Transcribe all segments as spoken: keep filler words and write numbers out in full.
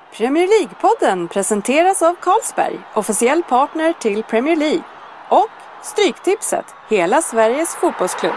Premier League-podden presenteras av Carlsberg, officiell partner till Premier League. Och Stryktipset, hela Sveriges fotbollsklubb.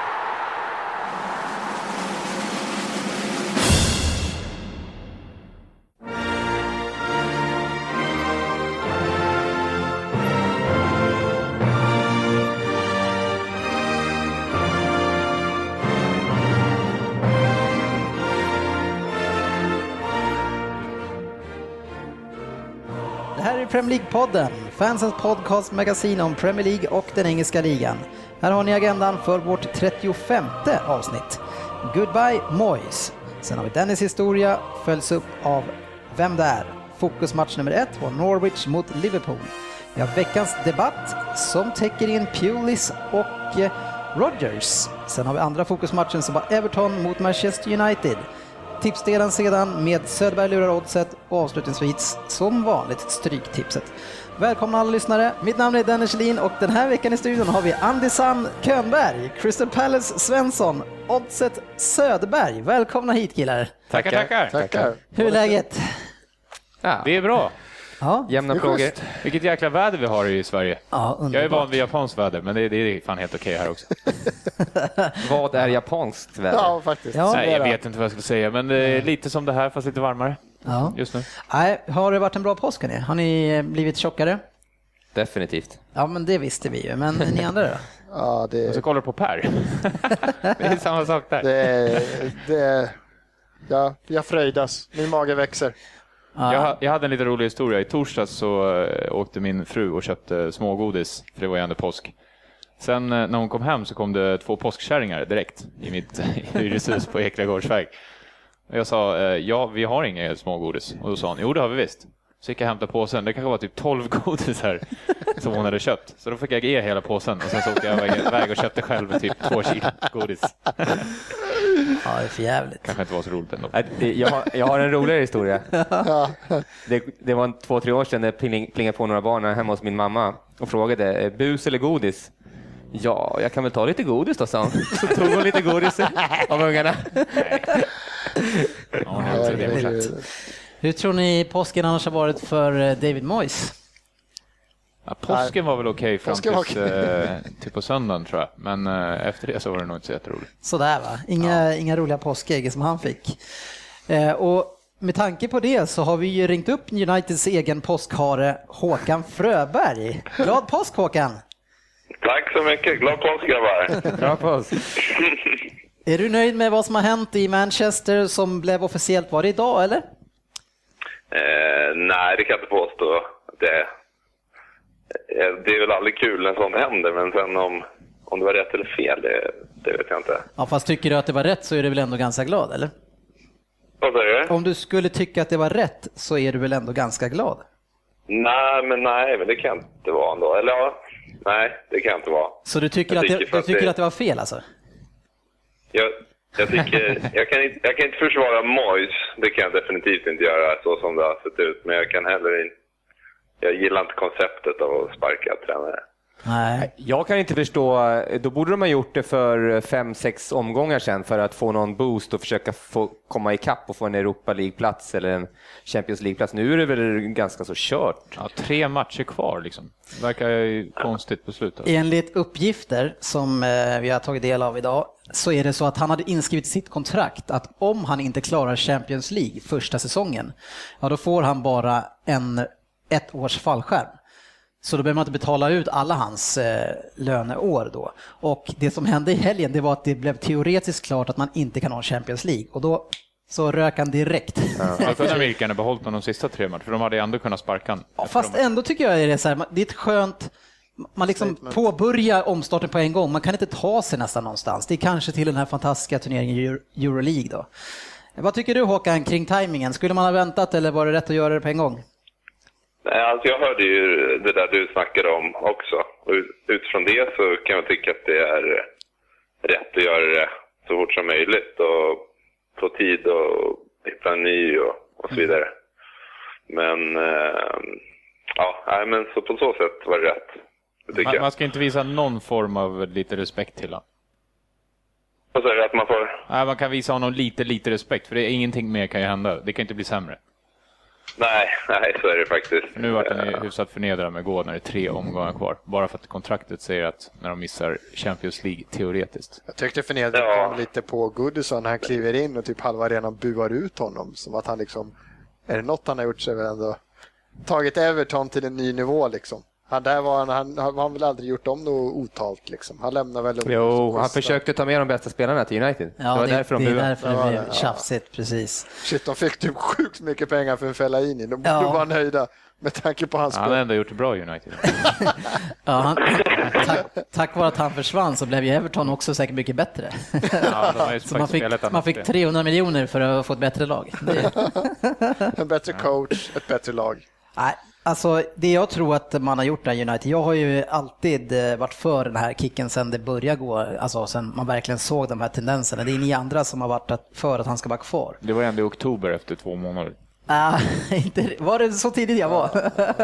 Premier League-podden, fansens podcast-magasin om Premier League och den engelska ligan. Här har ni agendan för vårt trettiofemte avsnitt. Goodbye Moyes. Sen har vi Dennis historia, följs upp av Vem det är. Fokusmatch nummer ett var Norwich mot Liverpool. Vi har veckans debatt som täcker in Pulis och eh, Rodgers. Sen har vi andra fokusmatchen som var Everton mot Manchester United. Tipsdelen sedan med Söderberg lurar oddset och avslutningsvis som vanligt stryktipset. Välkomna alla lyssnare, mitt namn är Dennis Kjellin och den här veckan i studion har vi Andy Sand Könberg, Crystal Palace Svensson, oddset Söderberg. Välkomna hit killar. Tackar, tackar. tackar. Hur är läget? Ja, det är bra. Ja, jämna frågor. Vilket jäkla väder vi har i Sverige. Ja, underbart. Jag är van vid japanskt väder, men det, det är fan helt okej här också. Vad är japanskt väder? Ja, faktiskt. Ja, Nej, jag vet inte vad jag skulle säga, men det är lite som det här, fast lite varmare ja. just nu. Nej, har det varit en bra påsk? Ni? Har ni blivit tjockare? Definitivt. Ja, men det visste vi ju. Men ni andra då? Ja, det... Och så kollar på Per. Det är samma sak där. Det, det, ja, jag fröjdas. Min mage växer. Ja. Jag, jag hade en lite rolig historia. I torsdags så äh, åkte min fru och köpte smågodis, för det var ju ändå påsk. Sen äh, när hon kom hem så kom det två påskkärringar direkt i mitt hyreshus på Eklagårdsväg. Och jag sa, äh, ja vi har inga smågodis. Och då sa hon, jo det har vi visst. Så gick jag hämta påsen, det kanske var typ tolv godis här som hon hade köpt. Så då fick jag ge hela påsen och sen så åkte jag iväg och köpte själv typ två kilo godis. Ja, det är för jävligt. Kanske inte var så roligt ändå. Jag har, jag har en roligare historia. Det, det var två, tre år sedan det pling, plingade på några barn hemma hos min mamma och frågade, bus eller godis? Ja, jag kan väl ta lite godis då, sa hon. Så tog hon lite godis av ungarna. Ja, det det det. Hur tror ni påsken annars har varit för David Moyes? Ja, påsken var väl okej fram Påsken var till, eh, till på söndagen tror jag. Men eh, efter det så var det nog inte så jätteroligt. Sådär va? Inga, ja. inga roliga påskägg som han fick. Eh, och med tanke på det så har vi ju ringt upp Uniteds egen påskhare Håkan Fröberg. Glad påsk Håkan! Tack så mycket, glad påsk grabbar! Glad påsk! Är du nöjd med vad som har hänt i Manchester som blev officiellt, var det idag eller? Eh, nej, det kan jag inte påstå. Det, det är väl aldrig kul när sånt händer, men sen om, om det var rätt eller fel, det, det vet jag inte. Ja, fast tycker du att det var rätt så är du väl ändå ganska glad, eller? Vad säger du? Om du skulle tycka att det var rätt så är du väl ändå ganska glad? Nej, men nej, men det kan inte vara ändå. Eller ja, nej, det kan inte vara. Så du tycker, jag att, tycker det, du att tycker det, att det var fel alltså? Jag, jag tycker, jag kan, inte, jag kan inte försvara Moyes, det kan jag definitivt inte göra så som det har sett ut. Men jag kan heller inte, jag gillar inte konceptet av att sparka tränare. Nej. Jag kan inte förstå, då borde de ha gjort det för fem, sex omgångar sedan för att få någon boost och försöka få komma ikapp och få en Europa League-plats eller en Champions League-plats. Nu är det väl ganska så kört. Ja, tre matcher kvar liksom. Det verkar ju konstigt på slutet. Enligt uppgifter som eh, vi har tagit del av idag så är det så att han hade inskrivit sitt kontrakt att om han inte klarar Champions League första säsongen, ja då får han bara en ett års fallskärm. Så då behöver man inte betala ut alla hans eh, löneår då. Och det som hände i helgen, det var att det blev teoretiskt klart att man inte kan ha Champions League. Och då så rök han direkt. Ja. Då kunde Amerikanerna behållit de sista tre matcherna, för de hade ändå kunnat sparka han. Ja, fast ändå tycker jag är det så här, det är ett skönt, man liksom påbörjar omstarten på en gång. Man kan inte ta sig nästan någonstans. Det är kanske till den här fantastiska turneringen Euroleague då. Vad tycker du Håkan kring tajmingen? Skulle man ha väntat eller var det rätt att göra det på en gång? Nej, alltså jag hörde ju det där du snackade om också. Och utifrån det så kan jag tycka att det är rätt att göra det så fort som möjligt. Och få tid och hitta en ny och, och så vidare. Men, eh, ja, men så på så sätt var det rätt. Det man, man ska inte visa någon form av lite respekt till honom. Vad säger du att man får? Nej, man kan visa honom lite, lite respekt. För det är ingenting mer kan ju hända. Det kan inte bli sämre. Nej, nej, så är det faktiskt. För nu vart han hyfsat förnedrad med gå när det är tre omgångar kvar. Bara för att kontraktet säger att när de missar Champions League teoretiskt. Jag tyckte förnedringen Ja. kom lite på Goodison när han kliver in och typ halva arenan buar ut honom. Som att han liksom, är det något han har gjort så är väl ändå tagit Everton till en ny nivå liksom. Han, där var han, han, han har väl aldrig gjort om något otalt liksom. Han lämnar väl... Jo, han försökte ta med de bästa spelarna till United. Ja, det var det, därför de det är buade. därför det Ja, blev ja. tjafsigt, precis. Shit, de fick typ sjukt mycket pengar för en Fellaini. De borde Ja. vara nöjda med tanke på hans Han har ändå gjort det bra i United. Ja, han, tack, tack vare att han försvann så blev ju Everton också säkert mycket bättre. Ja, de har ju Så man fick, spelat man fick trehundra miljoner för att få ett bättre lag. Det, En bättre coach, ett bättre lag. nej, alltså det jag tror att man har gjort där i United, jag har ju alltid eh, varit för den här kicken sen det började gå, alltså sen man verkligen såg de här tendenserna. Det är ni andra som har varit att, för att han ska vara kvar. Det var ändå i oktober efter två månader. Ah, inte, var det så tidigt jag var?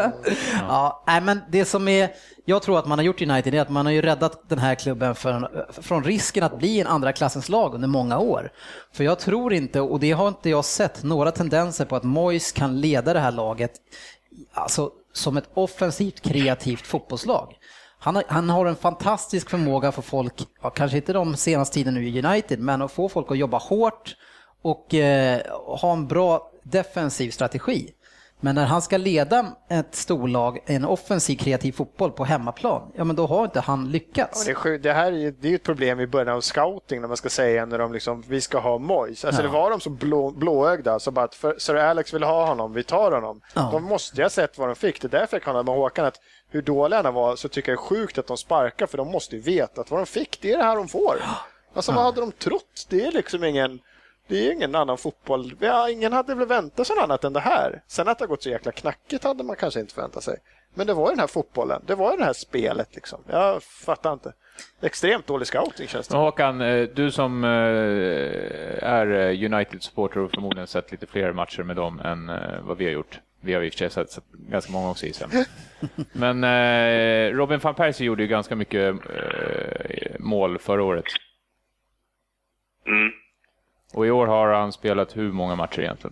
Ja, nej, men det som är, jag tror att man har gjort i United är att man har ju räddat den här klubben för, från risken att bli en andra klassens lag under många år. För jag tror inte, och det har inte jag sett några tendenser på att Moyes kan leda det här laget alltså, som ett offensivt kreativt fotbollslag. Han har, han har en fantastisk förmåga för folk, ja, kanske inte de senaste tiden nu i United, men att få folk att jobba hårt och eh, ha en bra defensiv strategi. Men när han ska leda ett storlag, en offensiv kreativ fotboll på hemmaplan, ja men då har inte han lyckats. Ja, det, är sjuk, det här är ju det är ett problem i början av scouting när man ska säga när de liksom, vi ska ha Moyes. Alltså Ja. det var de så blå, blåögda så bara att för, Sir Alex vill ha honom, vi tar honom. Ja. De måste ju ha sett vad de fick. Det är därför jag kan med Håkan att hur dåliga han var så tycker jag det är sjukt att de sparkar för de måste ju veta att vad de fick, det är det här de får. Alltså vad hade de trott? Det är liksom ingen... Det är ingen annan fotboll. Ja, ingen hade väl väntat sig annat än det här. Sen att det har gått så jäkla knackigt hade man kanske inte förväntat sig. Men det var ju den här fotbollen. Det var ju det här spelet liksom. Jag fattar inte. Extremt dålig scouting känns det. Men Håkan, du som är United-supporter och förmodligen sett lite fler matcher med dem än vad vi har gjort. Vi har i och för sig sett, sett ganska många också i sen. Men Robin van Persie gjorde ju ganska mycket mål förra året. Mm. Och i år har han spelat hur många matcher egentligen?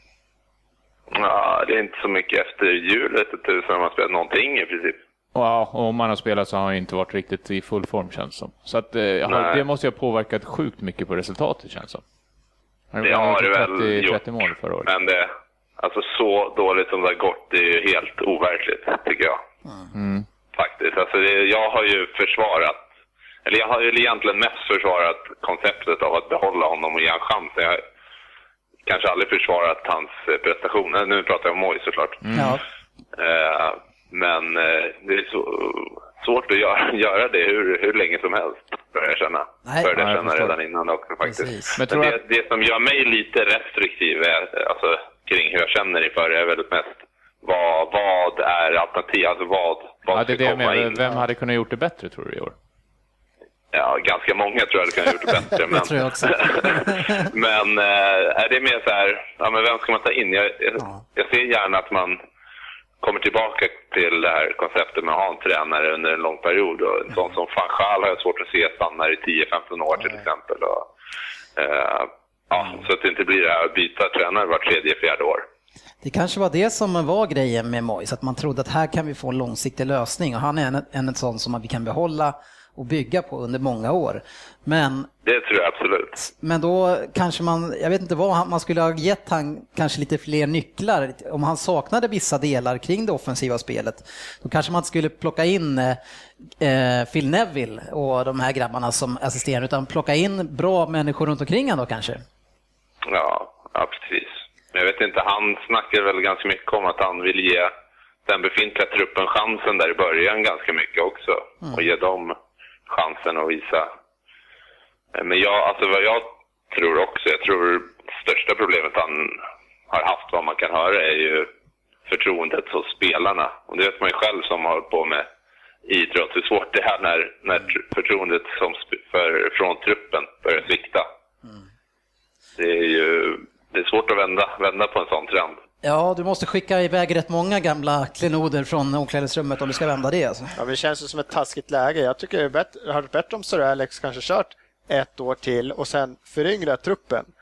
Ja, det är inte så mycket efter jul, vet du, så har man spelat någonting i princip. Ja, och om han har spelat så har han inte varit riktigt i full form känns som. Så att, eh, har, det måste ju ha påverkat sjukt mycket på resultatet känns som. Han Det har det väl trettio, trettio mål förra året. Men det, alltså så dåligt som det har gått, det är ju helt overkligt tycker jag. Mm. Faktiskt. Alltså det, jag har ju försvarat, eller jag har ju egentligen mest försvarat konceptet av att behålla honom och ge en chans. Jag har kanske aldrig försvarat hans prestationer. Nu pratar jag om Moyes såklart. Mm. Ja. Uh, men uh, det är så svårt att göra, göra det hur, hur länge som helst, börjar jag känna. Nej. Började jag Ja, jag känna förstår. redan innan också faktiskt. Precis. Men Men tror det, jag- det som gör mig lite restriktiv är, alltså, kring hur jag känner inför det är väldigt mest vad, vad är alternativ, alltså vad, vad Ja, det är ska det jag komma menar. in. Vem hade kunnat gjort det bättre tror du i år? Ja, ganska många tror jag hade kunnat gjort det bättre. Men, tror jag också. men äh, är det mer så här, ja, men vem ska man ta in? Jag, jag, Ja. jag ser gärna att man kommer tillbaka till det här konceptet med att ha en tränare under en lång period. Och en sån som Van Gaal har jag svårt att se stannar i tio femton år till exempel. Och, äh, ja, så att det inte blir det här att byta tränare var tredje, fjärde år. Det kanske var det som var grejen med Moyes, att man trodde att här kan vi få en långsiktig lösning och han är en, en, en sån som vi kan behålla och bygga på under många år. Men, Det tror jag absolut. men då kanske man, jag vet inte vad, han- man skulle ha gett han kanske lite fler nycklar. Om han saknade vissa delar kring det offensiva spelet, då kanske man inte skulle plocka in eh, Phil Neville och de här grabbarna som assisterar, utan plocka in bra människor runt omkring han då kanske. Ja, ja, precis. Men jag vet inte, han snackar väl ganska mycket om att han vill ge den befintliga truppen chansen där i början ganska mycket också. Mm. Och ge dem chansen att visa. Men jag, alltså vad jag tror också, jag tror största problemet han har haft, vad man kan höra, är ju förtroendet hos spelarna. Och det vet man ju själv som har hållit på med idrott, hur svårt det är när, när förtroendet som för, från truppen börjar svikta. Mm. Det är ju det är svårt att vända, vända på en sån trend. Ja, du måste skicka iväg rätt många gamla klenoder från omklädningsrummet om du ska vända det. Alltså. Ja, det känns ju som ett taskigt läge. Jag tycker det är bättre, det hade varit bättre om Sir Alex kanske kört ett år till och sen föryngra truppen.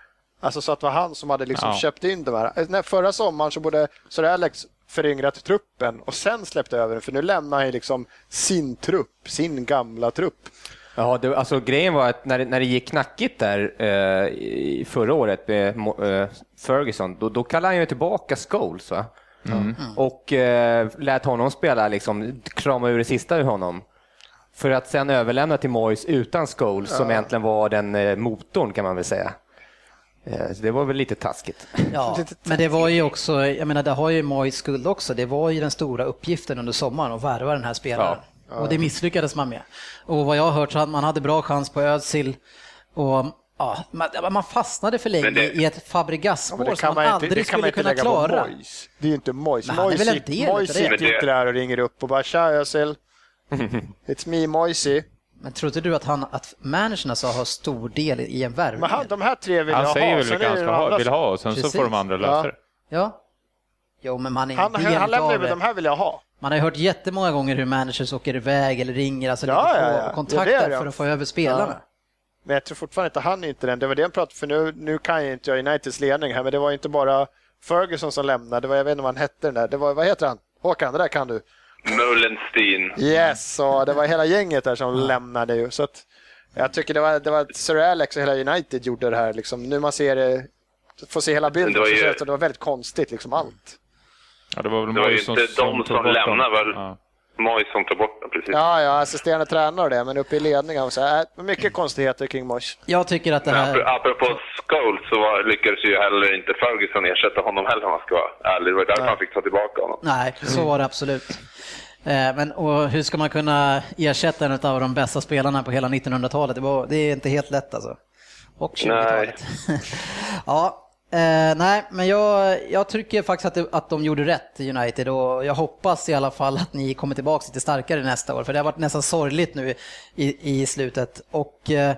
Alltså så att det var han som hade liksom Ja. köpt in de här. När förra sommaren så borde Sir Alex föryngrat truppen och sen släppt över den, för nu lämnar han ju liksom sin trupp, sin gamla trupp. Ja, det, alltså grejen var att när det, när det gick knackigt där eh, i förra året med eh, Ferguson, då, då kallade han ju tillbaka Scholes, va? Mm. Och eh, lät honom spela, liksom krama ur det sista ur honom. För att sen överlämna till Moyes utan Scholes, ja. Som egentligen var den eh, motorn, kan man väl säga. Eh, så det var väl lite taskigt. Ja, men det var ju också, jag menar, det har ju Moyes skuld också. Det var ju den stora uppgiften under sommaren att värva den här spelaren. Ja. Och det misslyckades man med. Och vad jag har hört så hade man hade bra chans på Özil. Och ja, man, man fastnade för länge det, i ett Fabregas-spår ja, som man, man aldrig inte, skulle kunna klara. Det är ju inte Moyes. Men Moyes sitter ju inte där och ringer upp och bara tja Özil. It's me Moisey. Men tror inte du att, han, att managerna så har stor del i en värvning? Men han, de här tre vill han jag ha. Han säger väl vilka han ska ha, vill ha och sen Precis. Så får de andra lösa det. Ja. ja. Jo, men man är han, han, han lämnar väl de här vill jag ha. Man har ju hört jättemånga gånger hur managers åker iväg eller ringer, alltså ja, lite på ja, ja. kontakter det det för att få över spelarna. Ja. Men jag tror fortfarande inte han är inte den. Det var det han pratade, för nu, nu kan ju inte jag Uniteds ledning här, men det var inte bara Ferguson som lämnade. Det var, jag vet inte vad han hette den där. Det var, vad heter han? Håkan, det där kan du. Mullenstein. Yes, och det var hela gänget där som mm. lämnade ju. Så att jag tycker det var, det var Sir Alex och hela United gjorde det här. Liksom. Nu man ser det, får se hela bilden, det var, ju... så det var väldigt konstigt liksom allt. Ja, det var väl det var ju som, inte som de som lämnade, väl ja. Moyes som tog bort dem, precis. Ja, ja, assisterande tränare det, men uppe i ledningen så här, mycket konstigheter kring Moyes. Jag tycker att det här... Men apropå Scholes så var, lyckades ju heller inte Ferguson ersätta honom heller, om man ska vara ärlig. Det var därför han fick ta tillbaka honom. Nej, så var det absolut. Men och hur ska man kunna ersätta en av de bästa spelarna på hela nittonhundratalet? Det, var, det är inte helt lätt alltså. Och tjugotalet. Ja. Eh, nej, men jag, jag tycker faktiskt att, det, att de gjorde rätt i United, och jag hoppas i alla fall att ni kommer tillbaka lite starkare nästa år, för det har varit nästan sorgligt nu i, i slutet. Och eh,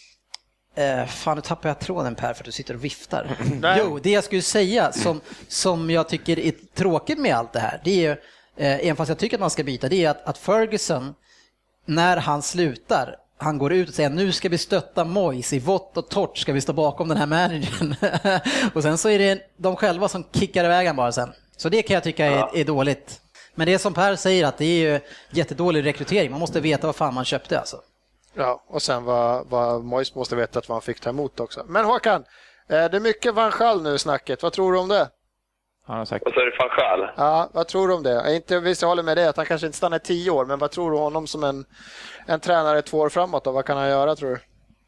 eh, fan, nu tappar jag tråden Per för att du sitter och viftar. Jo, det jag skulle säga som, som jag tycker är tråkigt med allt det här, det är eh, även fast jag tycker att man ska byta, det är att, att Ferguson, när han slutar, han går ut och säger nu ska vi stötta Moyes i vått och torrt, ska vi stå bakom den här managern. Och sen så är det de själva som kickar iväg han bara sen. Så det kan jag tycka är, är dåligt. Men det som Per säger, att det är ju jättedålig rekrytering. Man måste veta vad fan man köpte alltså. Ja, och sen vad, vad Moyes måste veta att vad han fick ta emot också. Men Håkan, det är mycket Van Gaal nu i snacket. Vad tror du om det? Han har sagt. Och så är det Van Gaal. Ja, vad tror du om det? Jag inte, visst, jag håller med dig att han kanske inte stannar tio år, men vad tror du honom som en, en tränare två år framåt då? Vad kan han göra, tror du?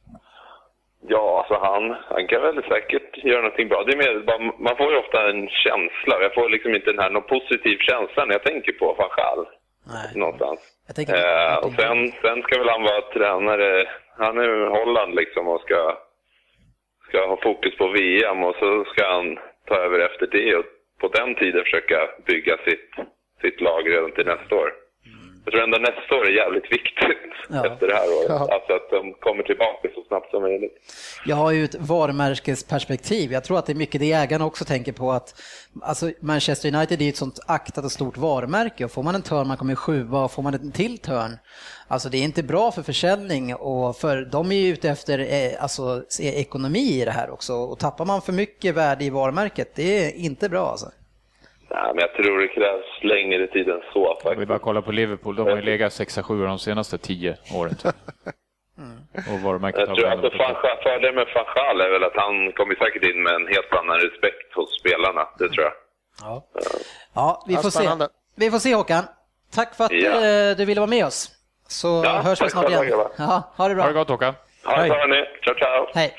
Ja, alltså han, han kan väl säkert göra någonting bra. Det är mer, man får ju ofta en känsla. Jag får liksom inte den här någon positiv känsla när jag tänker på Van Gaal. Nej. Någonstans. Jag tänker, eh, jag och sen, sen ska väl han vara tränare. Han är i Holland liksom och ska, ska ha fokus på V M, och så ska han ta över efter det och på den tiden försöka bygga sitt, sitt lag redan till nästa år. Jag tror ändå nästa år är jävligt viktigt ja. efter det här året. Ja. Alltså att de kommer tillbaka så snabbt som möjligt. Jag har ju ett varumärkesperspektiv. Jag tror att det är mycket det ägarna också tänker på, att alltså Manchester United är ett sånt aktat och stort varumärke, och får man en törn, man kommer sjua, och får man en till törn, alltså det är inte bra för försäljning, och för de är ju ute efter eh, alltså, ekonomi i det här också, och tappar man för mycket värde i varumärket, det är inte bra alltså. Nej, men jag tror det krävs längre tid än så faktiskt. Vi bara kolla på Liverpool, de har ju legat sex sju de senaste tio åren. Mm. Och varumärket jag tror att fördelen med Van Gaal är väl att han kommer säkert in med en helt annan respekt hos spelarna, det tror jag. Ja, ja vi får se. Vi får se, Håkan. Tack för att ja. du ville vara med oss. Så ja, hörs vi snart igen. Ja, ha det bra. Ha det gott, Håkan. Ha det bra, hörni. Ciao, ciao. Hej.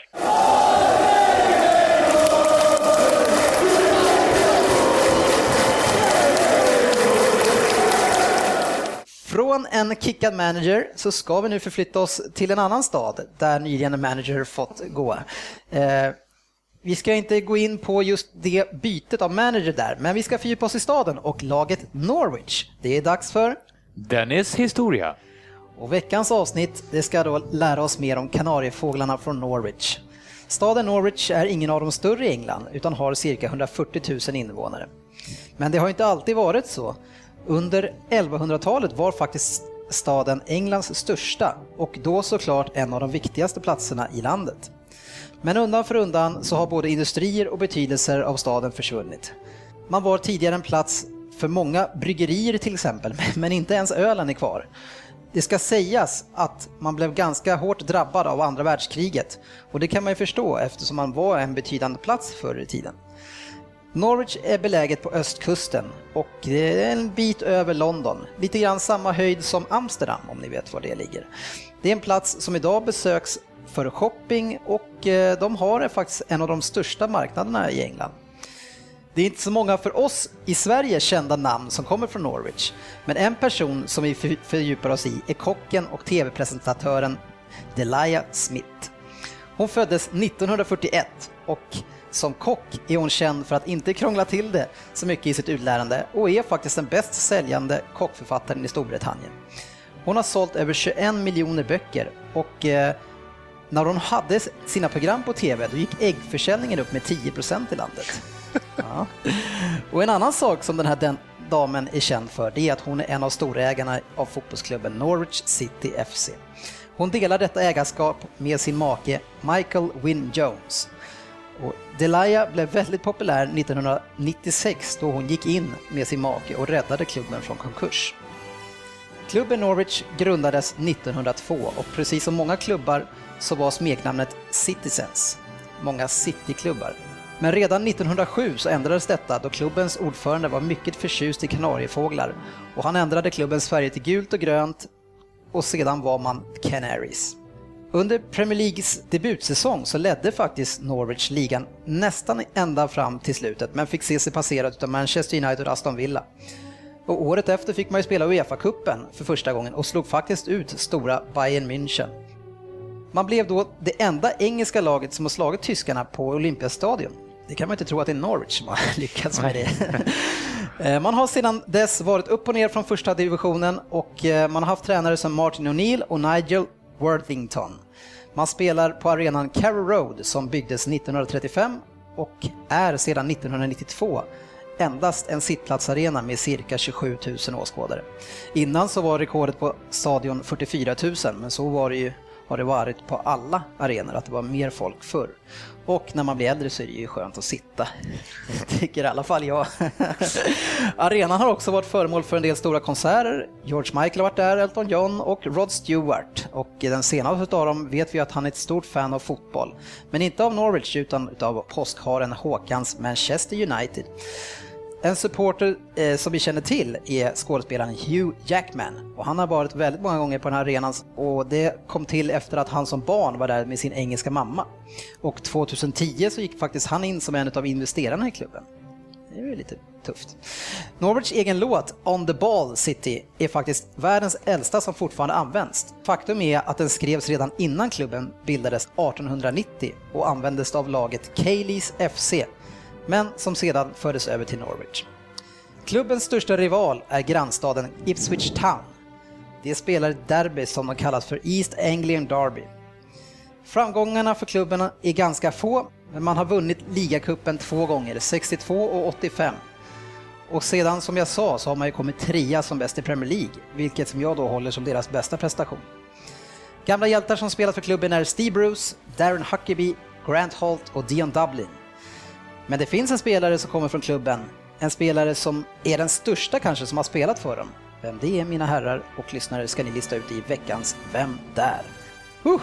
Från en kickad manager så ska vi nu förflytta oss till en annan stad där nyligen en manager fått gå. Eh, vi ska inte gå in på just det bytet av manager där, men vi ska fördjupa oss i staden och laget Norwich. Det är dags för Dennis historia. Och veckans avsnitt, det ska då lära oss mer om kanariefåglarna från Norwich. Staden Norwich är ingen av de större i England utan har cirka hundrafyrtio tusen invånare. Men det har inte alltid varit så. Under elvahundratalet var faktiskt staden Englands största, och då såklart en av de viktigaste platserna i landet. Men undan för undan så har både industrier och betydelser av staden försvunnit. Man var tidigare en plats för många bryggerier till exempel, men inte ens ölen är kvar. Det ska sägas att man blev ganska hårt drabbad av andra världskriget, och det kan man ju förstå eftersom man var en betydande plats förr i tiden. Norwich är beläget på östkusten och det är en bit över London, lite grann samma höjd som Amsterdam om ni vet var det ligger. Det är en plats som idag besöks för shopping och de har faktiskt en av de största marknaderna i England. Det är inte så många för oss i Sverige kända namn som kommer från Norwich, men en person som vi fördjupar oss i är kocken och tv-presentatören Delia Smith. Hon föddes nittonhundrafyrtioett och som kock är hon känd för att inte krångla till det så mycket i sitt utlärande och är faktiskt den bäst säljande kockförfattaren i Storbritannien. Hon har sålt över tjugoen miljoner böcker och eh, när hon hade sina program på tv då gick äggförsäljningen upp med tio procent i landet. Ja. Och en annan sak som den här den damen är känd för det är att hon är en av storägarna av fotbollsklubben Norwich City F C. Hon delar detta ägarskap med sin make Michael Wynne Jones. Och Delia blev väldigt populär nittonhundranittiosex då hon gick in med sin make och räddade klubben från konkurs. Klubben Norwich grundades nittonhundratvå och precis som många klubbar så var smeknamnet Citizens, många cityklubbar. Men redan nittonhundrasju så ändrades detta då klubbens ordförande var mycket förtjust i kanariefåglar och han ändrade klubbens färger till gult och grönt och sedan var man Canaries. Under Premier Leagues debutsäsong så ledde faktiskt Norwich ligan nästan ända fram till slutet men fick se sig passerat av Manchester United och Aston Villa. Och året efter fick man ju spela UEFA-cupen för första gången och slog faktiskt ut stora Bayern München. Man blev då det enda engelska laget som har slagit tyskarna på Olympiastadion. Det kan man inte tro att det är Norwich som har lyckats med det. Man har sedan dess varit upp och ner från första divisionen och man har haft tränare som Martin O'Neill och Nigel Worthington. Man spelar på arenan Carrow Road som byggdes nittonhundratrettiofem och är sedan nittonhundranittiotvå endast en sittplatsarena med cirka tjugosju tusen åskådare. Innan så var rekordet på stadion fyrtiofyra tusen, men så var det ju har det varit på alla arenor att det var mer folk förr. Och när man blir äldre så är det ju skönt att sitta. Tycker i alla fall jag. Arenan har också varit föremål för en del stora konserter. George Michael har varit där, Elton John och Rod Stewart. Och den senaste av dem vet vi att han är ett stort fan av fotboll. Men inte av Norwich utan av påskharen Håkans Manchester United. En supporter eh, som vi känner till är skådespelaren Hugh Jackman och han har varit väldigt många gånger på den här arenan och det kom till efter att han som barn var där med sin engelska mamma. Och tjugohundratio så gick faktiskt han in som en av investerarna i klubben. Det är ju lite tufft. Norwichs egen låt On the Ball City är faktiskt världens äldsta som fortfarande används. Faktum är att den skrevs redan innan klubben bildades artonhundranittio och användes av laget Kayleys F C. Men som sedan fördes över till Norwich. Klubbens största rival är grannstaden Ipswich Town. Det spelar ett derby som de kallas för East Anglian Derby. Framgångarna för klubben är ganska få, men man har vunnit ligacupen två gånger, sextiotvå och åttiofem. Och sedan som jag sa så har man ju kommit trea som bäst i Premier League, vilket som jag då håller som deras bästa prestation. Gamla hjältar som spelat för klubben är Steve Bruce, Darren Huckabee, Grant Holt och Dion Dublin. Men det finns en spelare som kommer från klubben. En spelare som är den största kanske som har spelat för dem. Vem det är, mina herrar och lyssnare, ska ni lista ut i veckans Vem där? Uh,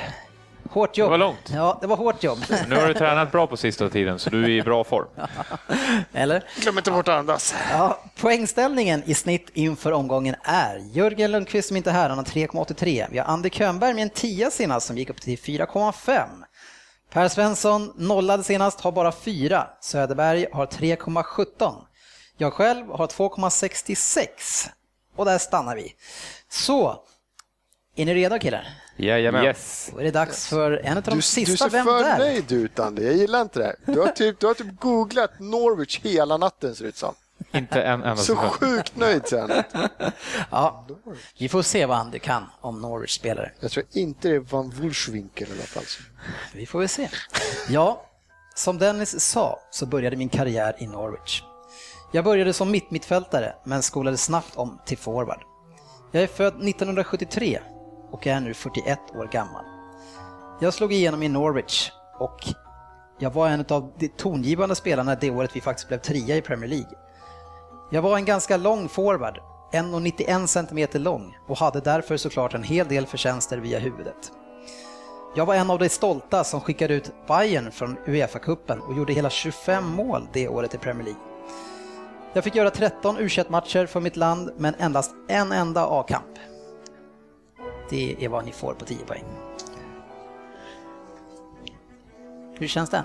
hårt jobb. Det var långt. Ja, det var hårt jobb. Nu har du tränat bra på sista tiden så du är i bra form. Eller? Glöm inte bort att andas. Ja, poängställningen i snitt inför omgången är Jörgen Lundqvist som inte är här, han har tre komma åttiotre. Vi har Andy Könberg med en tia senast som gick upp till fyra komma fem. Per Svensson nollade senast, har bara fyra. Söderberg har tre komma sjutton. Jag själv har två komma sextiosex. Och där stannar vi. Så, är ni redo killar? Jajamän. Yes. Då är det dags för en av de Du, sista du ser Vem för där? nöjd ut, Andy. Jag gillar inte det. Du har typ, du har typ googlat Norwich hela natten, ser det ut som. Inte en enda Så sekund. sjukt nöjd sen. Ja, vi får se vad Andy kan om Norwich spelare. Jag tror inte det är Van Wolfswinkel i alla fall. Vi får väl se. Ja, som Dennis sa så började min karriär i Norwich. Jag började som mittmittfältare men skolade snabbt om till forward. Jag är född nittonhundrasjuttiotre och är nu fyrtioett år gammal. Jag slog igenom i Norwich och jag var en av de tongivande spelarna det året vi faktiskt blev trea i Premier League. Jag var en ganska lång forward, en komma nittioen centimeter lång och hade därför såklart en hel del förtjänster via huvudet. Jag var en av de stolta som skickade ut Bayern från UEFA-cupen och gjorde hela tjugofem mål det året i Premier League. Jag fick göra tretton U tjugoett-matcher för mitt land men endast en enda A-kamp. Det är vad ni får på tio poäng. Hur känns det?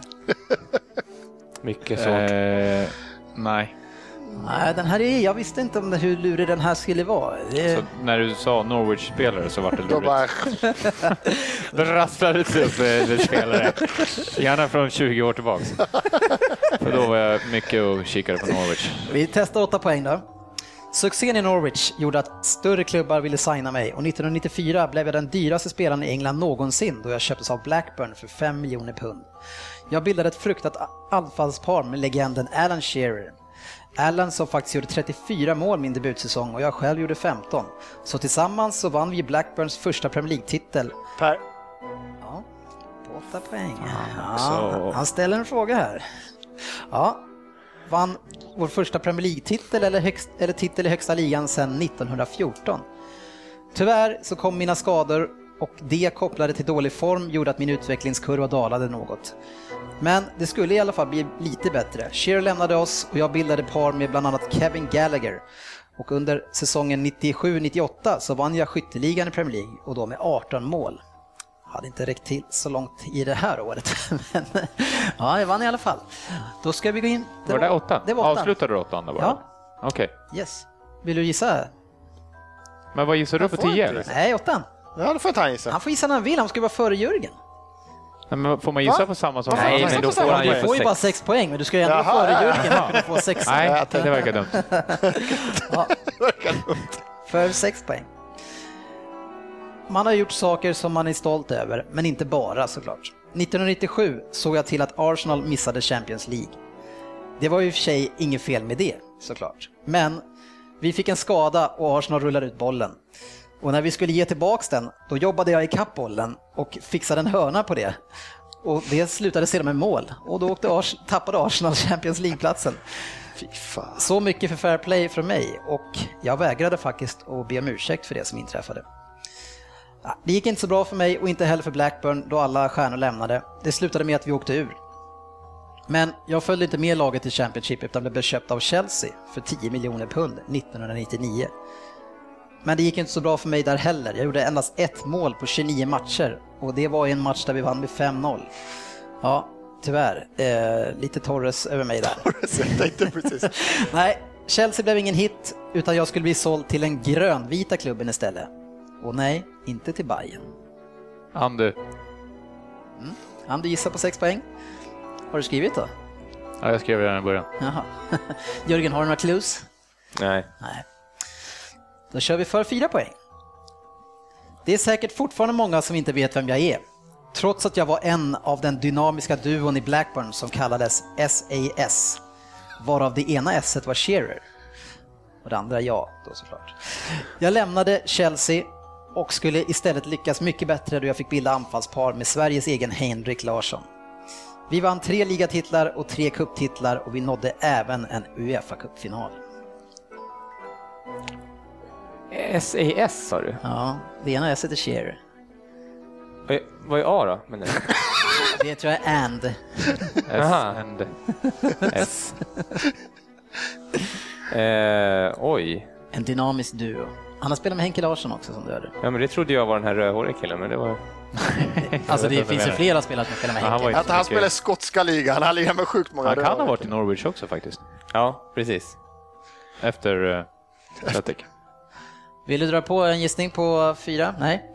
Mycket svårt. Eh, nej. Nej, den här är, jag visste inte om det, hur lurig den här skulle vara. Det... Så när du sa Norwich-spelare så var det Då bara, lurigt. Då rasslade det upp med spelare. Gärna från tjugo år tillbaka. För då var jag mycket och kikade på Norwich. Vi testar åtta poäng då. Succén i Norwich gjorde att större klubbar ville signa mig och nittonhundranittiofyra blev jag den dyraste spelaren i England någonsin då jag köptes av Blackburn för fem miljoner pund. Jag bildade ett fruktat anfallspar med legenden Alan Shearer. Alan som faktiskt gjorde trettiofyra mål min debutsäsong och jag själv gjorde femton. Så tillsammans så vann vi Blackburns första Premier League-titel. Per. Ja, på åtta poäng. Ja, så. han ställer en fråga här. Ja, vann vår första Premier League-titel eller, högst, eller titel i högsta ligan sedan nittonhundrafjorton. Tyvärr så kom mina skador och det kopplade till dålig form gjorde att min utvecklingskurva dalade något. Men det skulle i alla fall bli lite bättre. Shearer lämnade oss och jag bildade par med bland annat Kevin Gallagher. Och under säsongen nittiosju nittioåtta så vann jag skytteligan i Premier League och då med arton mål. Hade inte räckt till så långt i det här året. Men ja, jag vann i alla fall. Då ska vi gå in. Det var, var det åtta? Det var åtta. Avslutade du åttan då bara? Ja. Okej. Okay. Yes. Vill du gissa? Men vad gissar du på tio? Eller? Nej, åttan. Ja, då får han gissa. Han får gissa när han vill. Han ska vara före Jörgen. Nej, men får man gissa Va? på samma som Nej, han? men då får han ju Du får ju bara sex poäng, men du ska ju ändå Jaha, före ja. Jörgen för att få sex. Nej, det verkar dumt. Ja. För sex poäng. Man har gjort saker som man är stolt över, men inte bara såklart. nittonhundranittiosju såg jag till att Arsenal missade Champions League. Det var ju i och för sig inget fel med det, såklart. Men vi fick en skada och Arsenal rullade ut bollen. Och när vi skulle ge tillbaks den, då jobbade jag i kapp bollen och fixade en hörna på det. Och det slutade sedan med mål. Och då åkte Ars- tappade Arsenal Champions League-platsen. Fy fan. Så mycket för fair play från mig. Och jag vägrade faktiskt att be om ursäkt för det som inträffade. Det gick inte så bra för mig och inte heller för Blackburn då alla stjärnor lämnade. Det slutade med att vi åkte ur. Men jag följde inte med laget i Championship utan blev köpt av Chelsea för tio miljoner pund nittonhundranittionio. Men det gick inte så bra för mig där heller. Jag gjorde endast ett mål på tjugonio matcher och det var i en match där vi vann med fem noll. Ja, tyvärr. Eh, lite Torres över mig där. Torres, jag tänkte precis. Nej, Chelsea blev ingen hit utan jag skulle bli såld till den grönvita klubben istället. Och nej, inte till Bayern. Andy. Mm. Andy gissar på sex poäng. Har du skrivit då? Ja, jag skrev redan i början. Jaha. Jörgen, har du några clues? Nej. Nej. Då kör vi för fyra poäng. Det är säkert fortfarande många som inte vet vem jag är. Trots att jag var en av den dynamiska duon i Blackburn som kallades S A S. Varav det ena S-et var Shearer. Och det andra jag då såklart. Jag lämnade Chelsea och skulle istället lyckas mycket bättre då jag fick bilda anfallspar med Sveriges egen Henrik Larsson. Vi vann tre ligatitlar och tre cuptitlar och vi nådde även en UEFA-cupfinal. S A S sa du? Ja, det ena S heter Shearer. Vad är A då? Men det... Det tror jag är and. S and S. eh, oj. En dynamisk duo. Han har spelat med Henke Larsson också som du hörde. Ja, men det trodde jag var den här rödhåriga killen, men det var... Alltså det vad finns du ju menar. flera spelare som spelar med Ja, han Henke. var inte Att han mycket- spelar skotska ligan, han lirar med sjukt många Han kan ha röda. varit i Norwich också faktiskt. Ja, precis. Efter uh, Celtic. Vill du dra på en gissning på fyra? Nej.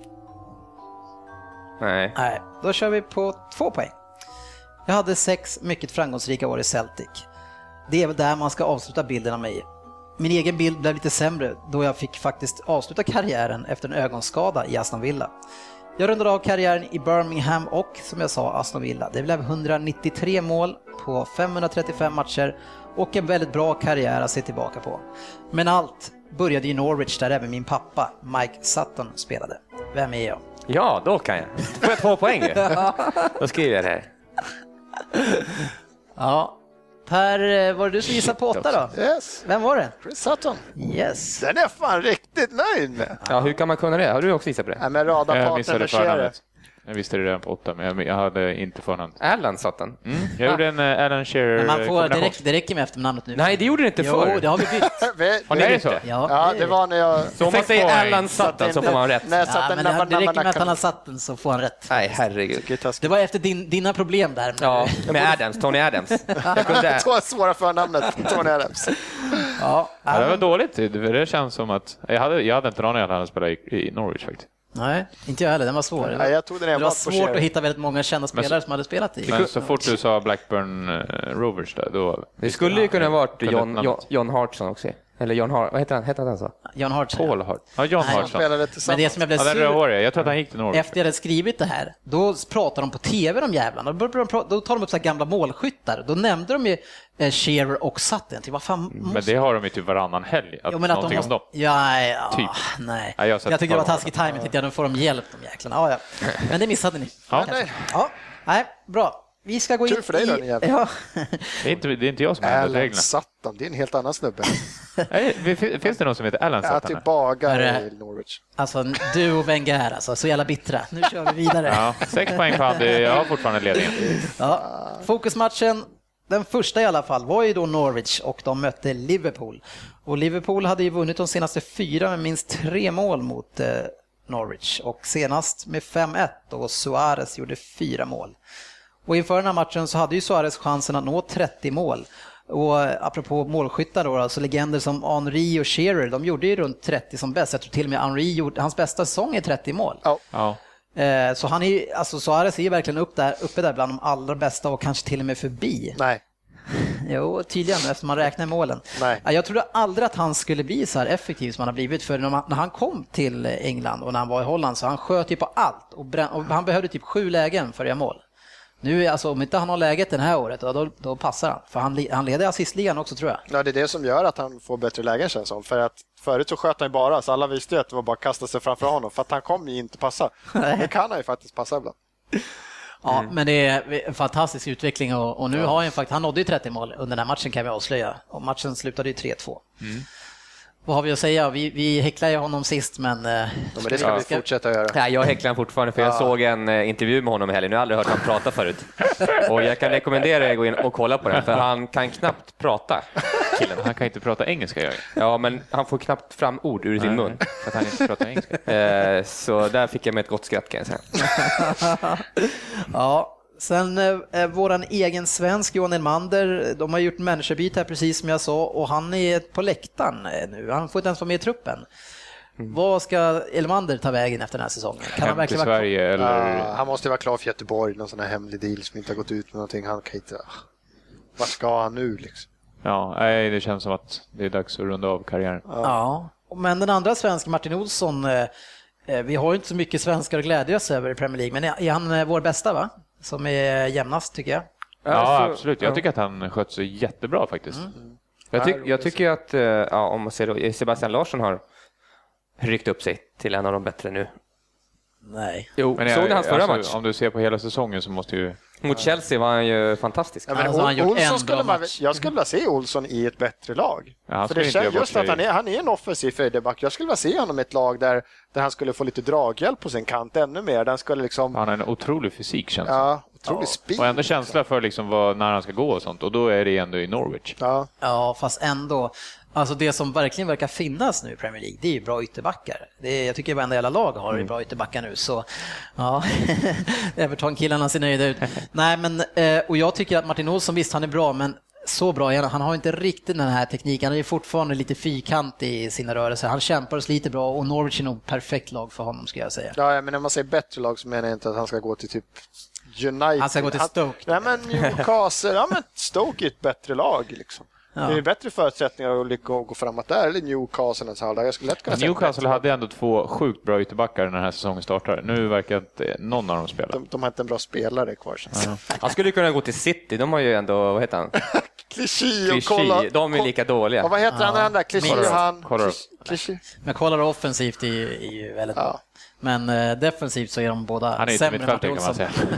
Nej. Nej, då kör vi på två poäng. Jag hade sex mycket framgångsrika år i Celtic. Det är väl där man ska avsluta bilden av mig. Min egen bild blev lite sämre då jag fick faktiskt avsluta karriären efter en ögonskada i Aston Villa. Jag rundade av karriären i Birmingham och, som jag sa, Aston Villa. Det blev etthundranittiotre mål på femhundratrettiofem matcher och en väldigt bra karriär att se tillbaka på. Men allt började i Norwich där även min pappa, Mike Sutton, spelade. Vem är jag? Ja, då kan jag. Då får jag två poäng ju. Då skriver jag det här. Ja. Per, var det du som gissade på åtta då? Yes. Vem var det? Chris Sutton. Yes. Den är fan riktigt nöjd med. Ja, hur kan man kunna det? Har du också gissat på det? Nej, men rada Jag partner missade med Scherer. förnamnet. Jag visste det redan på åtta, men jag, jag hade inte förnamnet. Alan Sutton. Mm. Jag gjorde en uh, Alan Shearer Men man får, det, kombination. räcker, det räcker med efternamnet nu. Nej, det gjorde det inte Jo, förr. det har vi bytt. Vi- Har ni Är det gjort så? det? Ja, Ja, det var när jag... Så om man säger poäng. Alan Sutton så får man rätt. När jag Ja, satte men det, nabba- det räcker nabba- med att han har nackan. satt den så får han rätt. Nej, herregud. Tycker jag är taskigt. Det var efter din, dina problem där. Ja, med Adams, Tony Adams. Jag kunde... Två svåra förnamnet, Tony Adams. Ja, Ja, det var dåligt. Det, det känns som att... Jag hade, jag hade inte en aning att han spelade i, i Norwich faktiskt. Nej, inte jag heller. Den var svår. Nej, jag tog den det var enbart på svårt Scherer. att hitta väldigt många kända spelare så- som hade spelat i. Men så fort du sa Blackburn uh, Rovers där, då... Det skulle ju kunna ha varit Kunde John, namnet. John, John Hartson också. Eller John Hart, vad heter han? Heter han så? John Hart. Paul Hart. Ja, John Nej, Hartson. Spelade Men tillsammans. det som jag blev Ja, den sur rödhåriga. Jag tror att han gick till Norwich. efter jag hade skrivit det här, då pratade de på tv om jävlarna. Då, började de prata- då tar de upp så här gamla målskyttar. Då nämnde de ju eh, Shearer och Sutton. Till vad fan måste... Men det har de ju typ varannan helg. Att Jo, men att de någonting måste... om dem. Ja, ja, Typ. nej. Ja, jag har sett jag tycker det var bara- taskig timing. Tänkte jag, nu får de hjälp, de jäklarna. Ja, ja. Men det missade ni. Ja. Kanske. Ja, nej, bra. Vi ska gå in Kul för dig då, din i... jävel. Ja. Det är inte, det är inte jag som har ändrat Alan reglerna. Sutton, det är en helt annan snubbe. Nej, finns det någon som heter Alan Jag är Sutton? tillbaka Hörru. i Norwich. Alltså, du och Wenger, alltså, så jävla bittra. Nu kör vi vidare. Ja, sex poäng på Andy. Jag har fortfarande ledningen. Ja. Fokusmatchen, den första i alla fall, var ju då Norwich och de mötte Liverpool. Och Liverpool hade ju vunnit de senaste fyra med minst tre mål mot eh, Norwich. Och senast med fem ett och Suarez gjorde fyra mål. Och inför den här matchen så hade ju Suarez chansen att nå trettio mål. Och eh, apropå målskyttar då, alltså legender som Henry och Shearer, de gjorde ju runt trettio som bäst. Jag tror till och med Henry gjorde, hans bästa säsong är trettio mål. Ja. Ja. Eh, så han är ju, alltså Suarez är ju verkligen upp där, uppe där bland de allra bästa och kanske till och med förbi. Nej. Jo, tydligen eftersom man räknar målen. Nej. Jag trodde aldrig att han skulle bli så här effektiv som han har blivit, för när han kom till England och när han var i Holland så han sköt ju på allt och, brän- och han behövde typ sju lägen för att göra mål. Nu alltså om inte han har läget den här året då, då passar han, för han, han leder assistligan också tror jag. Ja, det är det som gör att han får bättre lägen känns som. För att förut så sköt han ju bara, så alla visste ju att det var bara att kasta sig framför honom. För att han kommer ju inte passa. Det kan han ju faktiskt passa ibland. Ja, Mm. men det är en fantastisk utveckling och, och nu ja. har han faktiskt, han nådde ju trettio mål under den här matchen kan vi avslöja. Och matchen slutade ju tre två. Mm. Vad har vi att säga? Vi, vi häcklade ju honom sist, men... Ja, men det ska Ja. vi fortsätta göra. Nej, jag häcklar fortfarande för jag Ja. såg en eh, intervju med honom i helgen. Jag har aldrig hört honom prata förut. Och jag kan rekommendera er att gå in och kolla på den, för han kan knappt prata, killen. Han kan inte prata engelska, jag. Ja, men han får knappt fram ord ur sin mun. För att han inte pratar engelska. Eh, så där fick jag med ett gott skratt kan jag säga. Ja, sen eh, våran egen svensk Johan Elmander, de har gjort managerbyte här precis som jag sa och han är på läktaren eh, nu. Han får inte ens vara med i truppen. Mm. Vad ska Elmander ta vägen efter den här säsongen? Kan han Hem till verkligen vara Sverige eller... Ja, han måste vara klar för Göteborg, någon sån här hemlig deal som inte har gått ut med någonting. Han kan inte... Vad ska han nu liksom? Ja, nej, det känns som att det är dags att runda av karriären. Ja, men den andra svensken Martin Olsson, eh, eh, vi har ju inte så mycket svenskar att glädjas över i Premier League, men är, är han eh, vår bästa va? Som är jämnast tycker jag. Ja, så- absolut. Jag tycker att han sköt sig jättebra faktiskt. Mm. Jag, tyck, jag tycker att eh, ja, om man ser då, Sebastian Larsson har ryckt upp sig till en av de bättre nu. Nej. Jo, Men såg ni hans förra alltså, match? Om du ser på hela säsongen så måste ju... Mot Chelsea var han ju fantastisk. Ja, men Alltså, han har gjort Olsson en bra skulle man, match. jag skulle vilja se Olsson i ett bättre lag. Ja, han för skulle det inte känns göra bort just att sig. han är, han är en offensiv feederback. Jag skulle vilja se honom i ett lag där, där han skulle få lite draghjälp på sin kant ännu mer. Den skulle liksom, Han har en otrolig fysik känns det. ja, otrolig speed. Och ändå känsla för liksom vad, när han ska gå och sånt. Och då är det ändå i Norwich. Ja. Ja, fast ändå. Alltså det som verkligen verkar finnas nu i Premier League, det är ju bra ytterbackar. Det är, jag tycker varenda jävla lag har mm. bra ytterbackar nu, så ja, Everton-killarna ser nöjda ut. Nej, men, eh, och jag tycker att Martin Olsson, visst han är bra, men så bra igen. Han har inte riktigt den här tekniken. Han är fortfarande lite fyrkant i sina rörelser. Han kämpar och sliter bra och Norwich är nog perfekt lag för honom, ska jag säga. Ja, men när man säger bättre lag så menar jag inte att han ska gå till typ United. Han ska gå till Stoke. Han, nej, men Newcastle, ja, men Stoke är ett bättre lag liksom. Ja. Det är bättre förutsättningar att lycka och gå framåt där, eller Newcastle ens halvdag. Jag skulle lätt kunna säga Newcastle bättre. hade ändå två sjukt bra ytterbackar när den här säsongen startar. Nu verkar inte någon av dem spela. De, de har inte en bra spelare kvar. Ja. Han skulle kunna gå till City, de har ju ändå, vad heter han? Clichy och kolla. Clichy, de är lika dåliga. Och vad heter Ja. han den där? Clichy Minst. och han. Kolla upp. Clichy. Men kollar offensivt är ju, är ju väldigt Ja. bra. Men eh, defensivt så är de båda Han är sämre inte mittfältare kan man